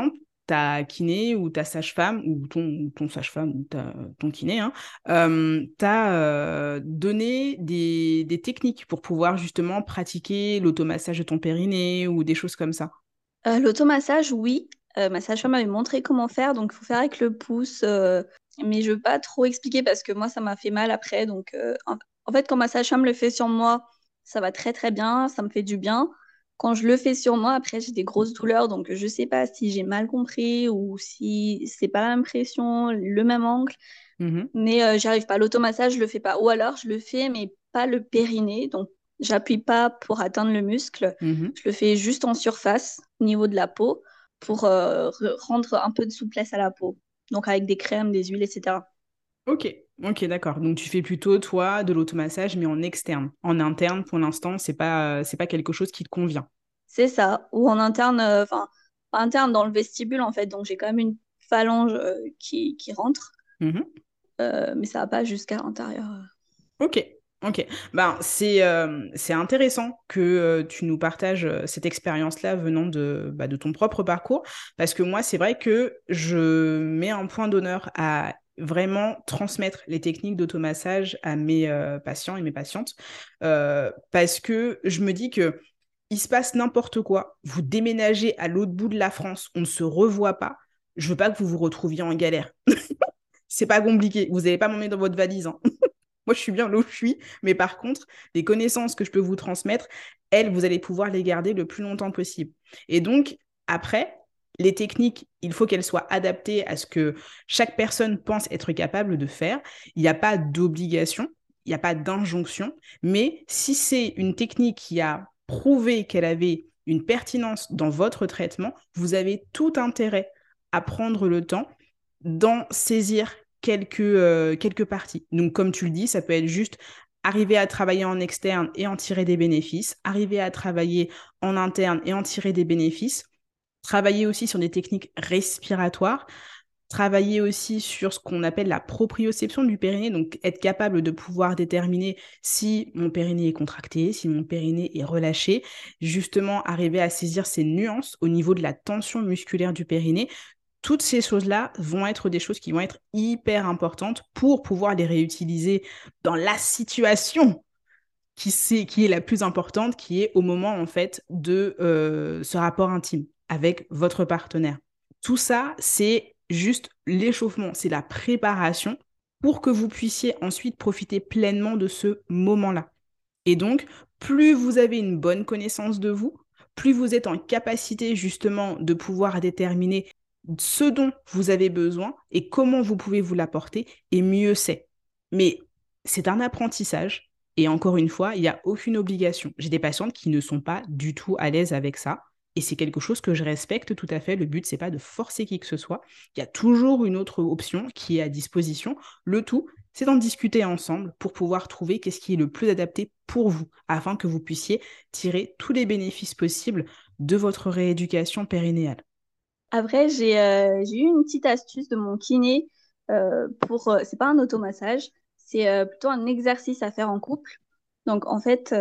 ta kiné ou ta sage-femme, ou ton, ton sage-femme ou ta, ton kiné, hein, euh, t'a euh, donné des, des techniques pour pouvoir justement pratiquer l'automassage de ton périnée ou des choses comme ça. Euh, l'automassage, oui. Euh, ma sage-femme m'avait montré comment faire, donc il faut faire avec le pouce. Euh, mais je veux pas trop expliquer parce que moi, ça m'a fait mal après. Donc, euh, en, en fait, quand ma sage-femme le fait sur moi, ça va très très bien, ça me fait du bien. Quand je le fais sur moi, après, j'ai des grosses douleurs, donc je sais pas si j'ai mal compris ou si c'est pas la même pression, le même angle. Mhm, Mais euh, j'arrive pas. L'automassage, je le fais pas. Ou alors, je le fais, mais pas le périnée. Donc, j'appuie pas pour atteindre le muscle. mhm. Je le fais juste en surface, au niveau de la peau, pour euh, re- rendre un peu de souplesse à la peau. Donc, avec des crèmes, des huiles, et cetera. Ok, ok, d'accord. Donc tu fais plutôt, toi, de l'automassage, mais en externe. En interne, pour l'instant, c'est pas, euh, c'est pas quelque chose qui te convient. C'est ça. Ou en interne, euh, enfin, pas interne dans le vestibule, en fait. Donc, j'ai quand même une phalange euh, qui, qui rentre, Mhm. euh, mais ça va pas jusqu'à l'intérieur. Ok, ok. Ben, c'est euh, c'est intéressant que euh, tu nous partages euh, cette expérience-là venant de, bah, de ton propre parcours, parce que moi, c'est vrai que je mets un point d'honneur à vraiment transmettre les techniques d'automassage à mes euh, patients et mes patientes, euh, parce que je me dis que il se passe n'importe quoi, vous déménagez à l'autre bout de la France, on ne se revoit pas, je veux pas que vous vous retrouviez en galère. C'est pas compliqué, vous n'allez pas m'emmener dans votre valise, hein. Moi, je suis bien là où je suis, mais par contre, les connaissances que je peux vous transmettre, elles, vous allez pouvoir les garder le plus longtemps possible. Et donc, après, les techniques, il faut qu'elles soient adaptées à ce que chaque personne pense être capable de faire. Il n'y a pas d'obligation, il n'y a pas d'injonction, mais si c'est une technique qui a prouvé qu'elle avait une pertinence dans votre traitement, vous avez tout intérêt à prendre le temps d'en saisir quelques, euh, quelques parties. Donc, comme tu le dis, ça peut être juste arriver à travailler en externe et en tirer des bénéfices, arriver à travailler en interne et en tirer des bénéfices, travailler aussi sur des techniques respiratoires, travailler aussi sur ce qu'on appelle la proprioception du périnée, donc être capable de pouvoir déterminer si mon périnée est contracté, si mon périnée est relâché, justement arriver à saisir ces nuances au niveau de la tension musculaire du périnée. Toutes ces choses-là vont être des choses qui vont être hyper importantes pour pouvoir les réutiliser dans la situation qui, c'est, qui est la plus importante, qui est au moment en fait de euh, ce rapport intime avec votre partenaire. Tout ça, c'est juste l'échauffement, c'est la préparation pour que vous puissiez ensuite profiter pleinement de ce moment-là. Et donc, plus vous avez une bonne connaissance de vous, plus vous êtes en capacité justement de pouvoir déterminer ce dont vous avez besoin et comment vous pouvez vous l'apporter, et mieux c'est. Mais c'est un apprentissage, et encore une fois, il n'y a aucune obligation. J'ai des patientes qui ne sont pas du tout à l'aise avec ça, et c'est quelque chose que je respecte tout à fait. Le but, c'est pas de forcer qui que ce soit. Il y a toujours une autre option qui est à disposition. Le tout, c'est d'en discuter ensemble pour pouvoir trouver qu'est-ce qui est le plus adapté pour vous, afin que vous puissiez tirer tous les bénéfices possibles de votre rééducation périnéale. Après, j'ai euh, j'ai eu une petite astuce de mon kiné euh, pour, euh, c'est pas un automassage, c'est euh, plutôt un exercice à faire en couple. Donc, en fait,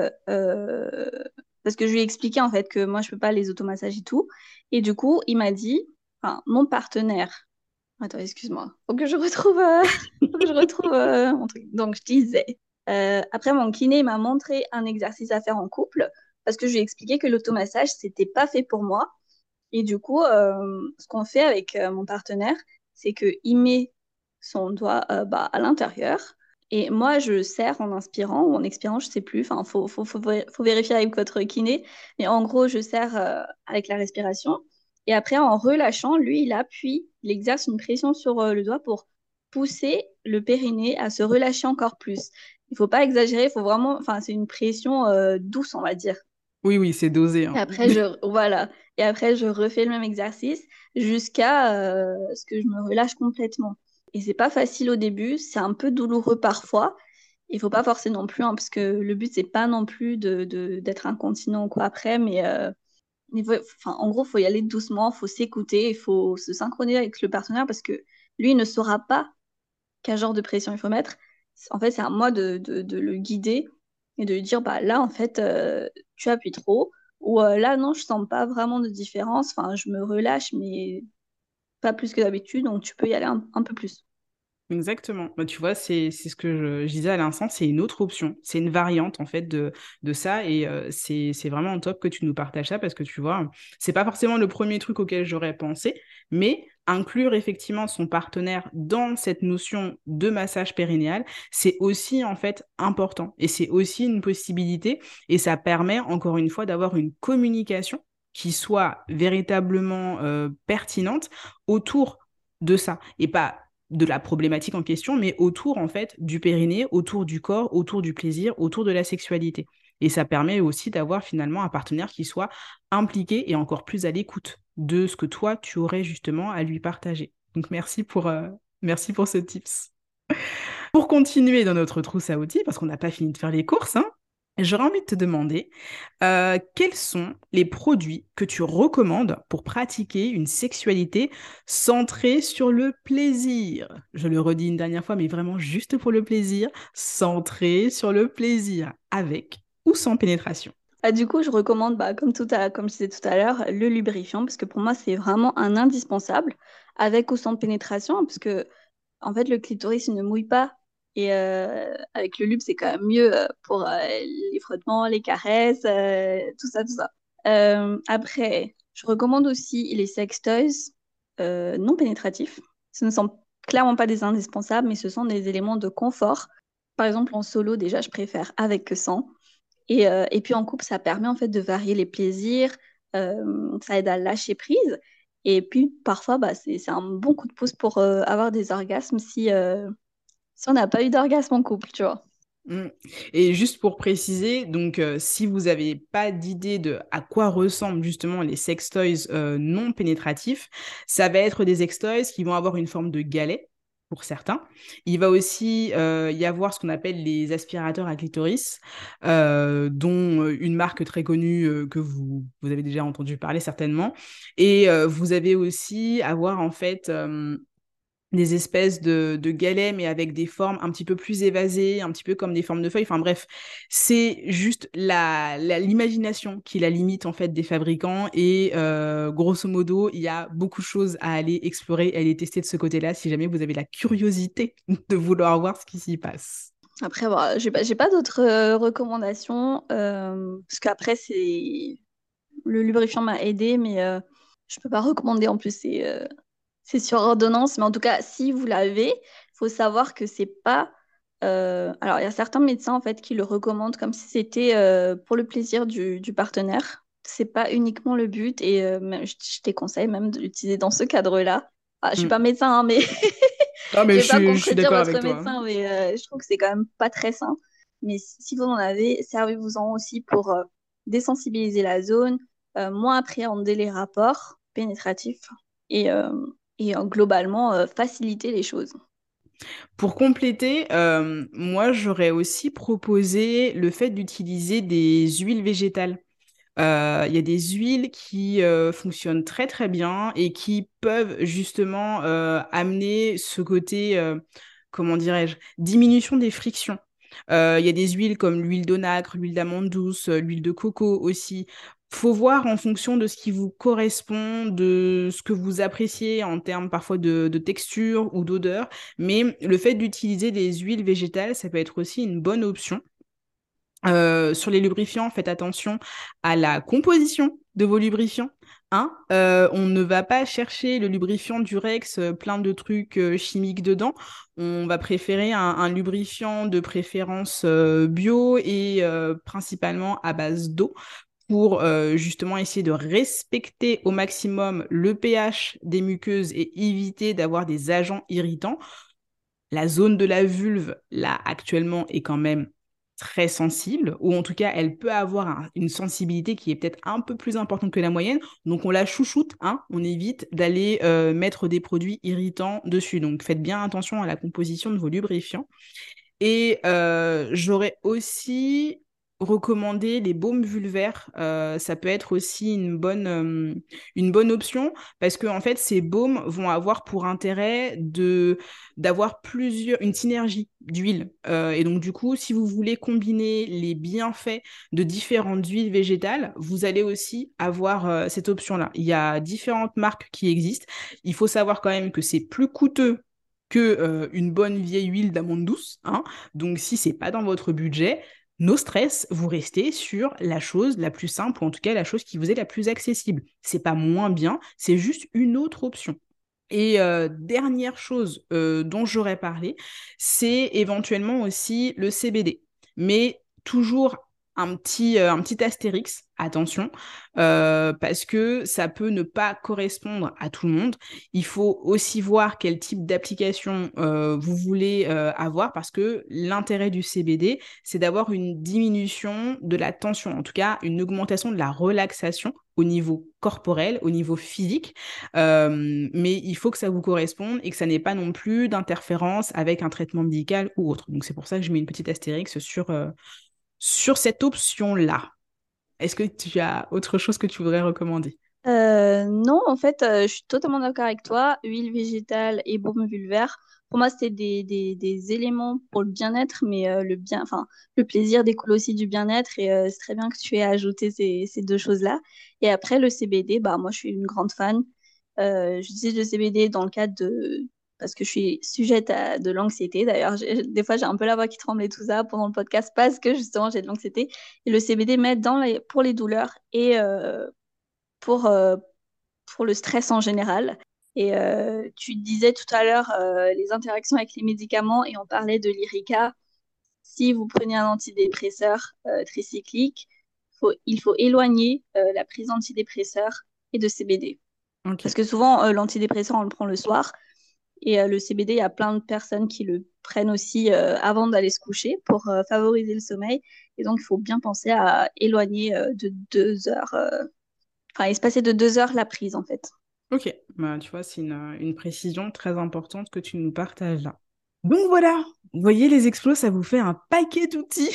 euh, parce que je lui ai expliqué en fait que moi, je peux pas les automassages et tout. Et du coup, il m'a dit, enfin, mon partenaire, attends, excuse-moi, faut que je retrouve, euh, faut que je retrouve euh, mon truc. Donc, je disais, euh, après, mon kiné m'a montré un exercice à faire en couple parce que je lui ai expliqué que l'automassage, c'était pas fait pour moi et du coup, euh, ce qu'on fait avec euh, mon partenaire, c'est qu'il met son doigt euh, bah, à l'intérieur. Et moi, je serre en inspirant ou en expirant, je sais plus. Enfin, faut, faut, faut, vé- faut vérifier avec votre kiné. Mais en gros, je serre euh, avec la respiration. Et après, en relâchant, lui, il appuie, il exerce une pression sur euh, le doigt pour pousser le périnée à se relâcher encore plus. Il faut pas exagérer, il faut vraiment, enfin, c'est une pression euh, douce, on va dire. Oui, oui, c'est dosé, Et hein. après, je, voilà. Et après, je refais le même exercice jusqu'à euh, ce que je me relâche complètement. Et c'est pas facile au début, c'est un peu douloureux parfois. Il faut pas forcer non plus, hein, parce que le but, c'est pas non plus de, de- d'être incontinent ou quoi après, mais euh, il faut- enfin, en gros, il faut y aller doucement, il faut s'écouter, il faut se synchroniser avec le partenaire parce que lui, il ne saura pas quel genre de pression il faut mettre. En fait, c'est à moi de, de, de le guider et de lui dire, bah là, en fait, euh, tu appuies trop. Ou euh, là, non, je sens pas vraiment de différence. Enfin, je me relâche, mais pas plus que d'habitude, donc tu peux y aller un, un peu plus. Exactement. Bah, tu vois, c'est c'est ce que je, je disais à l'instant, c'est une autre option, c'est une variante en fait de, de ça et euh, c'est c'est vraiment top que tu nous partages ça parce que tu vois, c'est pas forcément le premier truc auquel j'aurais pensé, mais inclure effectivement son partenaire dans cette notion de massage périnéal, c'est aussi en fait important et c'est aussi une possibilité et ça permet encore une fois d'avoir une communication qui soit véritablement euh, pertinente autour de ça et pas de la problématique en question, mais autour en fait du périnée, autour du corps, autour du plaisir, autour de la sexualité. Et ça permet aussi d'avoir finalement un partenaire qui soit impliqué et encore plus à l'écoute de ce que toi, tu aurais justement à lui partager. Donc merci pour, euh, merci pour ce tips. Pour continuer dans notre trousse à outils, parce qu'on n'a pas fini de faire les courses, hein, j'aurais envie de te demander euh, quels sont les produits que tu recommandes pour pratiquer une sexualité centrée sur le plaisir. Je le redis une dernière fois, mais vraiment juste pour le plaisir, centrée sur le plaisir, avec ou sans pénétration. Ah, du coup, je recommande, bah, comme, tout à, comme je disais tout à l'heure, le lubrifiant, parce que pour moi, c'est vraiment un indispensable, avec ou sans pénétration, parce que en fait, le clitoris il ne mouille pas. Et euh, avec le lube, c'est quand même mieux euh, pour euh, les frottements, les caresses, euh, tout ça, tout ça. Euh, après, je recommande aussi les sex toys euh, non pénétratifs. Ce ne sont clairement pas des indispensables, mais ce sont des éléments de confort. Par exemple, en solo, déjà, je préfère avec que sans. Et, euh, et puis en couple, ça permet en fait de varier les plaisirs, euh, ça aide à lâcher prise. Et puis parfois, bah, c'est, c'est un bon coup de pouce pour euh, avoir des orgasmes si, euh, si on n'a pas eu d'orgasme en couple, tu vois. Mm. Et juste pour préciser, donc euh, si vous n'avez pas d'idée de à quoi ressemblent justement les sextoys euh, non pénétratifs, ça va être des sextoys qui vont avoir une forme de galet pour certains. Il va aussi euh, y avoir ce qu'on appelle les aspirateurs à clitoris, euh, dont euh, une marque très connue euh, que vous, vous avez déjà entendu parler certainement. Et euh, vous avez aussi avoir en fait euh, des espèces de, de galets, mais avec des formes un petit peu plus évasées, un petit peu comme des formes de feuilles. Enfin bref, c'est juste la, la- l'imagination qui la limite en fait des fabricants. Et euh, grosso modo, il y a beaucoup de choses à aller explorer, à aller tester de ce côté-là, si jamais vous avez la curiosité de vouloir voir ce qui s'y passe. Après, voilà, j'ai pas, j'ai pas d'autres euh, recommandations, euh, parce qu'après, c'est... le lubrifiant m'a aidé, mais euh, je peux pas recommander en plus, c'est euh, c'est sur ordonnance. Mais en tout cas, si vous l'avez, il faut savoir que c'est pas. euh, Alors, il y a certains médecins en fait qui le recommandent comme si c'était euh, pour le plaisir du, du partenaire. C'est pas uniquement le but et euh, même- je, je te conseille même de l'utiliser dans ce cadre-là. Ah, je suis pas Mm. médecin, hein, mais Ah, mais je je vais pas suis, je suis contredire d'accord votre avec toi. médecin, mais euh, je trouve que c'est quand même pas très sain. Mais si si vous en avez, servez-vous-en aussi pour euh, désensibiliser la zone, euh, moins appréhender les rapports pénétratifs et, euh, et euh, globalement euh, faciliter les choses. Pour compléter, euh, moi, j'aurais aussi proposé le fait d'utiliser des huiles végétales. Euh, Il y a des huiles qui euh, fonctionnent très très bien et qui peuvent justement euh, amener ce côté, euh, comment dirais-je, diminution des frictions. Euh, Il y a des huiles comme l'huile d'onagre, l'huile d'amande douce, euh, l'huile de coco aussi. Faut voir en fonction de ce qui vous correspond, de ce que vous appréciez en termes parfois de, de texture ou d'odeur. Mais le fait d'utiliser des huiles végétales, ça peut être aussi une bonne option. Euh, sur les lubrifiants, faites attention à la composition de vos lubrifiants. Hein. Euh, on ne va pas chercher le lubrifiant Durex euh, plein de trucs euh, chimiques dedans. On va préférer un, un lubrifiant de préférence euh, bio et euh, principalement à base d'eau pour euh, justement essayer de respecter au maximum le pH des muqueuses et éviter d'avoir des agents irritants. La zone de la vulve, là, actuellement, est quand même très sensible, ou en tout cas, elle peut avoir un- une sensibilité qui est peut-être un peu plus importante que la moyenne. Donc, on la chouchoute, hein, on évite d'aller euh, mettre des produits irritants dessus. Donc, faites bien attention à la composition de vos lubrifiants. Et euh, j'aurais aussi recommander les baumes vulvaires. Euh, ça peut être aussi une bonne, euh, une bonne option parce que en fait, ces baumes vont avoir pour intérêt de d'avoir plusieurs, une synergie d'huile. Euh, et donc, du coup, si vous voulez combiner les bienfaits de différentes huiles végétales, vous allez aussi avoir euh, cette option-là. Il y a différentes marques qui existent. Il faut savoir quand même que c'est plus coûteux que euh, une bonne vieille huile d'amande douce, hein. Donc, si c'est pas dans votre budget, no stress, vous restez sur la chose la plus simple, ou en tout cas la chose qui vous est la plus accessible. C'est pas moins bien, c'est juste une autre option. Et euh, dernière chose euh, dont j'aurais parlé, c'est éventuellement aussi le C B D. Mais toujours un petit, euh, un petit astérix, attention, euh, parce que ça peut ne pas correspondre à tout le monde. Il faut aussi voir quel type d'application euh, vous voulez euh, avoir, parce que l'intérêt du C B D, c'est d'avoir une diminution de la tension, en tout cas une augmentation de la relaxation au niveau corporel, au niveau physique. Euh, mais il faut que ça vous corresponde et que ça n'ait pas non plus d'interférence avec un traitement médical ou autre. Donc c'est pour ça que je mets une petite astérix sur, euh, sur cette option-là. Est-ce que tu as autre chose que tu voudrais recommander? Euh, non, en fait, euh, je suis totalement d'accord avec toi. Huile végétale et baume vulvaire, pour moi, c'était des, des, des éléments pour le bien-être, mais euh, le bien, enfin, le plaisir découle aussi du bien-être et euh, c'est très bien que tu aies ajouté ces, ces deux choses-là. Et après, le C B D, bah, moi, je suis une grande fan. Euh, j'utilise le C B D dans le cadre de... Parce que je suis sujette à de l'anxiété. D'ailleurs, j'ai- des fois, j'ai un peu la voix qui tremble et tout ça pendant le podcast parce que justement, j'ai de l'anxiété. Et le C B D m'aide dans les... pour les douleurs et euh, pour, euh, pour le stress en général. Et euh, tu disais tout à l'heure euh, les interactions avec les médicaments et on parlait de l'Irica. Si vous prenez un antidépresseur euh, tricyclique, faut, il faut éloigner euh, la prise d'antidépresseur et de C B D. Ok. Parce que souvent, euh, l'antidépresseur, on le prend le soir. Et euh, le C B D, il y a plein de personnes qui le prennent aussi euh, avant d'aller se coucher pour euh, favoriser le sommeil. Et donc, il faut bien penser à éloigner euh, de deux heures, euh, enfin, espacer de deux heures la prise, en fait. Ok, bah, tu vois, c'est une, une précision très importante que tu nous partages là. Donc voilà, vous voyez les explos, ça vous fait un paquet d'outils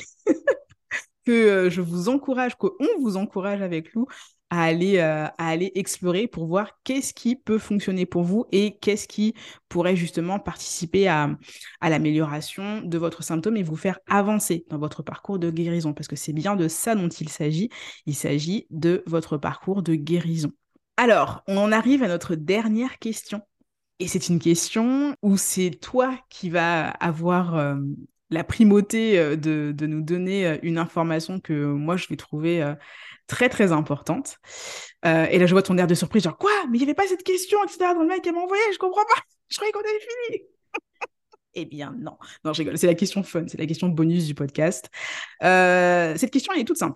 que euh, je vous encourage, qu'on vous encourage avec nous à aller, euh, à aller explorer pour voir qu'est-ce qui peut fonctionner pour vous et qu'est-ce qui pourrait justement participer à, à l'amélioration de votre symptôme et vous faire avancer dans votre parcours de guérison. Parce que c'est bien de ça dont il s'agit. Il s'agit de votre parcours de guérison. Alors, on en arrive à notre dernière question. Et c'est une question où c'est toi qui vas avoir euh, la primauté euh, de, de nous donner euh, une information que moi je vais trouver euh, très très importante. Euh, et là, je vois ton air de surprise, genre quoi? Mais il n'y avait pas cette question, et cetera dans le mail qu'elle m'a envoyé, je comprends pas. Je croyais qu'on avait fini. Eh bien non, non, je rigole. C'est la question fun, c'est la question bonus du podcast. Euh, cette question, elle est toute simple.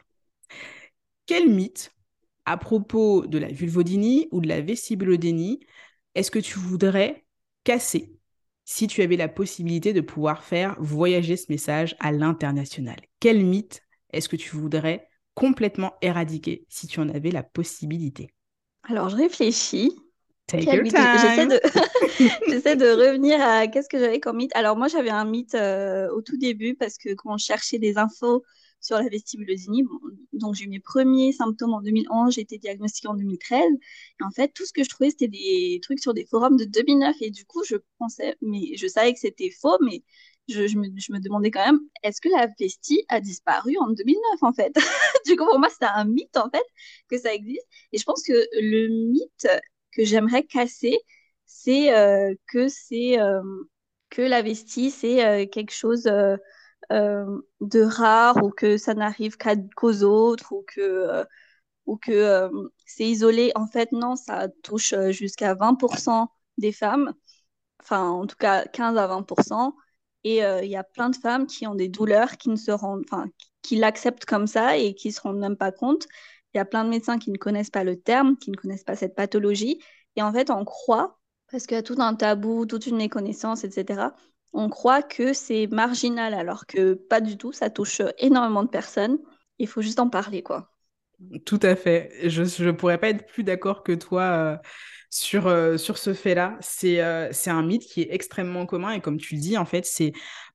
Quel mythe à propos de la vulvodynie ou de la vestibulodynie est-ce que tu voudrais casser si tu avais la possibilité de pouvoir faire voyager ce message à l'international? Quel mythe est-ce que tu voudrais complètement éradiquer si tu en avais la possibilité? Alors, je réfléchis. Take Quel your mythe? J'essaie time. de... J'essaie de revenir à qu'est-ce que j'avais comme mythe. Alors, moi, j'avais un mythe euh, au tout début parce que quand on cherchait des infos sur la vestibulodynie, bon, donc j'ai eu mes premiers symptômes en deux mille onze, j'ai été diagnostiquée en deux mille treize. Et en fait, tout ce que je trouvais, c'était des trucs sur des forums de deux mille neuf. Et du coup, je pensais, mais je savais que c'était faux, mais je, je me, je me demandais quand même, est-ce que la vestie a disparu en deux mille neuf, en fait? Du coup, pour moi, c'était un mythe, en fait, que ça existe. Et je pense que le mythe que j'aimerais casser, c'est euh, que c'est euh, que la vestie, c'est euh, quelque chose euh, euh, de rare ou que ça n'arrive qu'à, qu'aux autres ou que, euh, ou que euh, c'est isolé. En fait, non, ça touche euh, jusqu'à vingt pour cent des femmes, enfin, en tout cas, quinze à vingt pour cent. Et euh, il y a plein de femmes qui ont des douleurs, qui ne se rendent, enfin, qui l'acceptent comme ça et qui ne se rendent même pas compte. Il y a plein de médecins qui ne connaissent pas le terme, qui ne connaissent pas cette pathologie. Et en fait, on croit, parce qu'il y a tout un tabou, toute une méconnaissance, et cetera, on croit que c'est marginal, alors que pas du tout, ça touche énormément de personnes. Il faut juste en parler, quoi. Tout à fait. Je ne pourrais pas être plus d'accord que toi euh, sur, euh, sur ce fait-là. C'est euh, c'est un mythe qui est extrêmement commun et comme tu le dis, en fait, c'est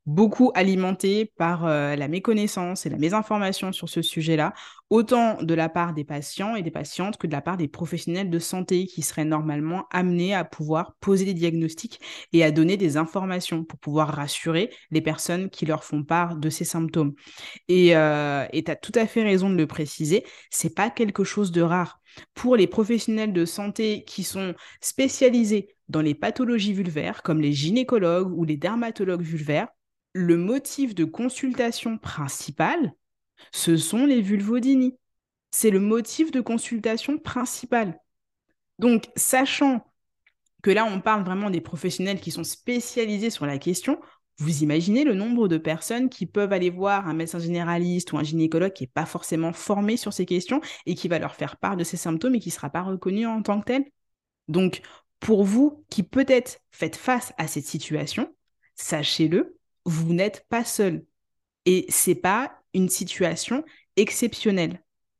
beaucoup alimenté par euh, la méconnaissance et la mésinformation sur ce sujet-là, autant de la part des patients et des patientes que de la part des professionnels de santé qui seraient normalement amenés à pouvoir poser des diagnostics et à donner des informations pour pouvoir rassurer les personnes qui leur font part de ces symptômes. Et euh, tu as tout à fait raison de le préciser, c'est pas quelque chose de rare. Pour les professionnels de santé qui sont spécialisés dans les pathologies vulvaires, comme les gynécologues ou les dermatologues vulvaires, le motif de consultation principal, ce sont les vulvodynies. C'est le motif de consultation principal. Donc, sachant que là, on parle vraiment des professionnels qui sont spécialisés sur la question, vous imaginez le nombre de personnes qui peuvent aller voir un médecin généraliste ou un gynécologue qui n'est pas forcément formé sur ces questions et qui va leur faire part de ces symptômes et qui ne sera pas reconnu en tant que tel. Donc, pour vous qui peut-être faites face à cette situation, sachez-le, vous n'êtes pas seul. Et ce n'est pas une situation exceptionnelle.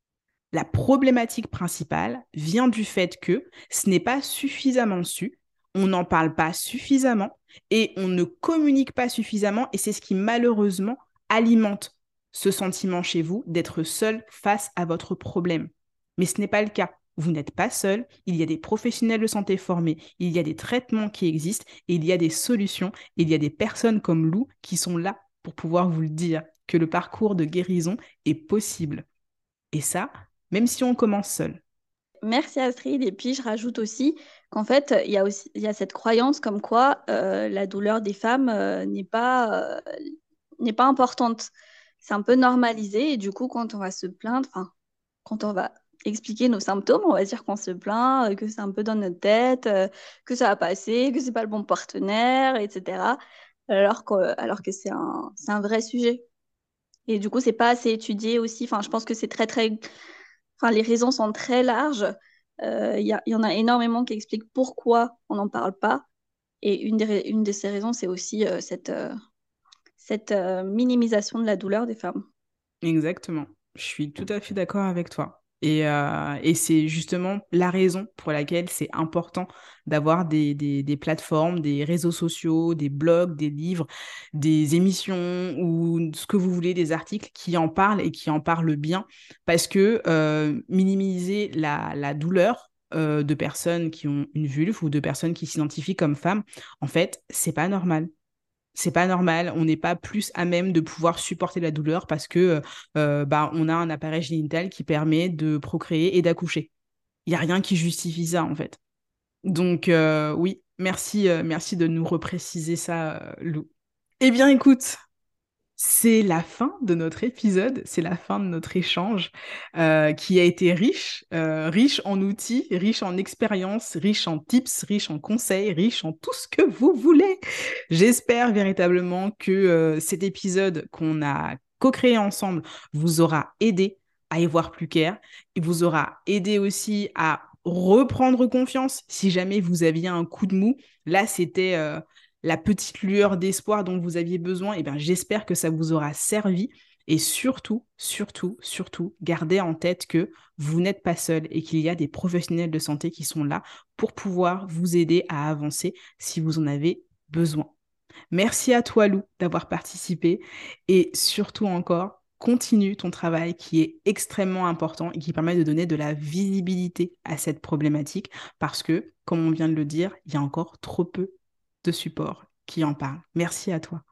La problématique principale vient du fait que ce n'est pas suffisamment su, on n'en parle pas suffisamment et on ne communique pas suffisamment et c'est ce qui malheureusement alimente ce sentiment chez vous d'être seul face à votre problème. Mais ce n'est pas le cas. Vous n'êtes pas seul, il y a des professionnels de santé formés, il y a des traitements qui existent et il y a des solutions, il y a des personnes comme Lou qui sont là pour pouvoir vous le dire que le parcours de guérison est possible. Et ça, même si on commence seul. Merci Astrid. Et puis je rajoute aussi qu'en fait, il y a aussi il y a cette croyance comme quoi euh, la douleur des femmes euh, n'est pas, euh, n'est pas importante. C'est un peu normalisé et du coup, quand on va se plaindre, enfin, quand on va expliquer nos symptômes, on va dire qu'on se plaint, euh, que c'est un peu dans notre tête, euh, que ça va passer, que c'est pas le bon partenaire, et cetera. Alors que, alors que c'est un, c'est un vrai sujet. Et du coup, c'est pas assez étudié aussi. Enfin, je pense que c'est très, très... Enfin, les raisons sont très larges. Euh, Il y a- il y en a énormément qui expliquent pourquoi on n'en parle pas. Et une, des, ra- une de ces raisons, c'est aussi euh, cette, euh, cette euh, minimisation de la douleur des femmes. Exactement. Je suis tout à fait d'accord avec toi. Et, euh, et c'est justement la raison pour laquelle c'est important d'avoir des, des, des plateformes, des réseaux sociaux, des blogs, des livres, des émissions ou ce que vous voulez, des articles qui en parlent et qui en parlent bien. Parce que euh, minimiser la, la douleur euh, de personnes qui ont une vulve ou de personnes qui s'identifient comme femmes, en fait, c'est pas normal. C'est pas normal, on n'est pas plus à même de pouvoir supporter la douleur parce que euh, bah, on a un appareil génital qui permet de procréer et d'accoucher. Il n'y a rien qui justifie ça, en fait. Donc, euh, oui, merci, euh, merci de nous repréciser ça, euh, Lou. Eh bien, écoute, c'est la fin de notre épisode, c'est la fin de notre échange euh, qui a été riche, euh, riche en outils, riche en expériences, riche en tips, riche en conseils, riche en tout ce que vous voulez. J'espère véritablement que euh, cet épisode qu'on a co-créé ensemble vous aura aidé à y voir plus clair. Il vous aura aidé aussi à reprendre confiance si jamais vous aviez un coup de mou. Là, c'était... euh, la petite lueur d'espoir dont vous aviez besoin, eh bien, j'espère que ça vous aura servi. Et surtout, surtout, surtout, gardez en tête que vous n'êtes pas seul et qu'il y a des professionnels de santé qui sont là pour pouvoir vous aider à avancer si vous en avez besoin. Merci à toi, Lou, d'avoir participé. Et surtout encore, continue ton travail qui est extrêmement important et qui permet de donner de la visibilité à cette problématique parce que, comme on vient de le dire, il y a encore trop peu de support qui en parle. Merci à toi.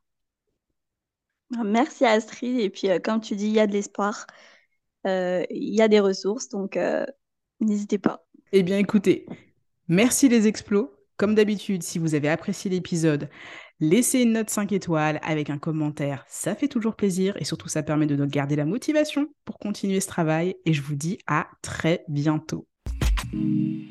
Merci Astrid. Et puis, euh, comme tu dis, il y a de l'espoir, euh, il y a des ressources, donc euh, n'hésitez pas. Eh bien, écoutez, merci les explos. Comme d'habitude, si vous avez apprécié l'épisode, laissez une note cinq étoiles avec un commentaire. Ça fait toujours plaisir et surtout, ça permet de nous garder la motivation pour continuer ce travail. Et je vous dis à très bientôt.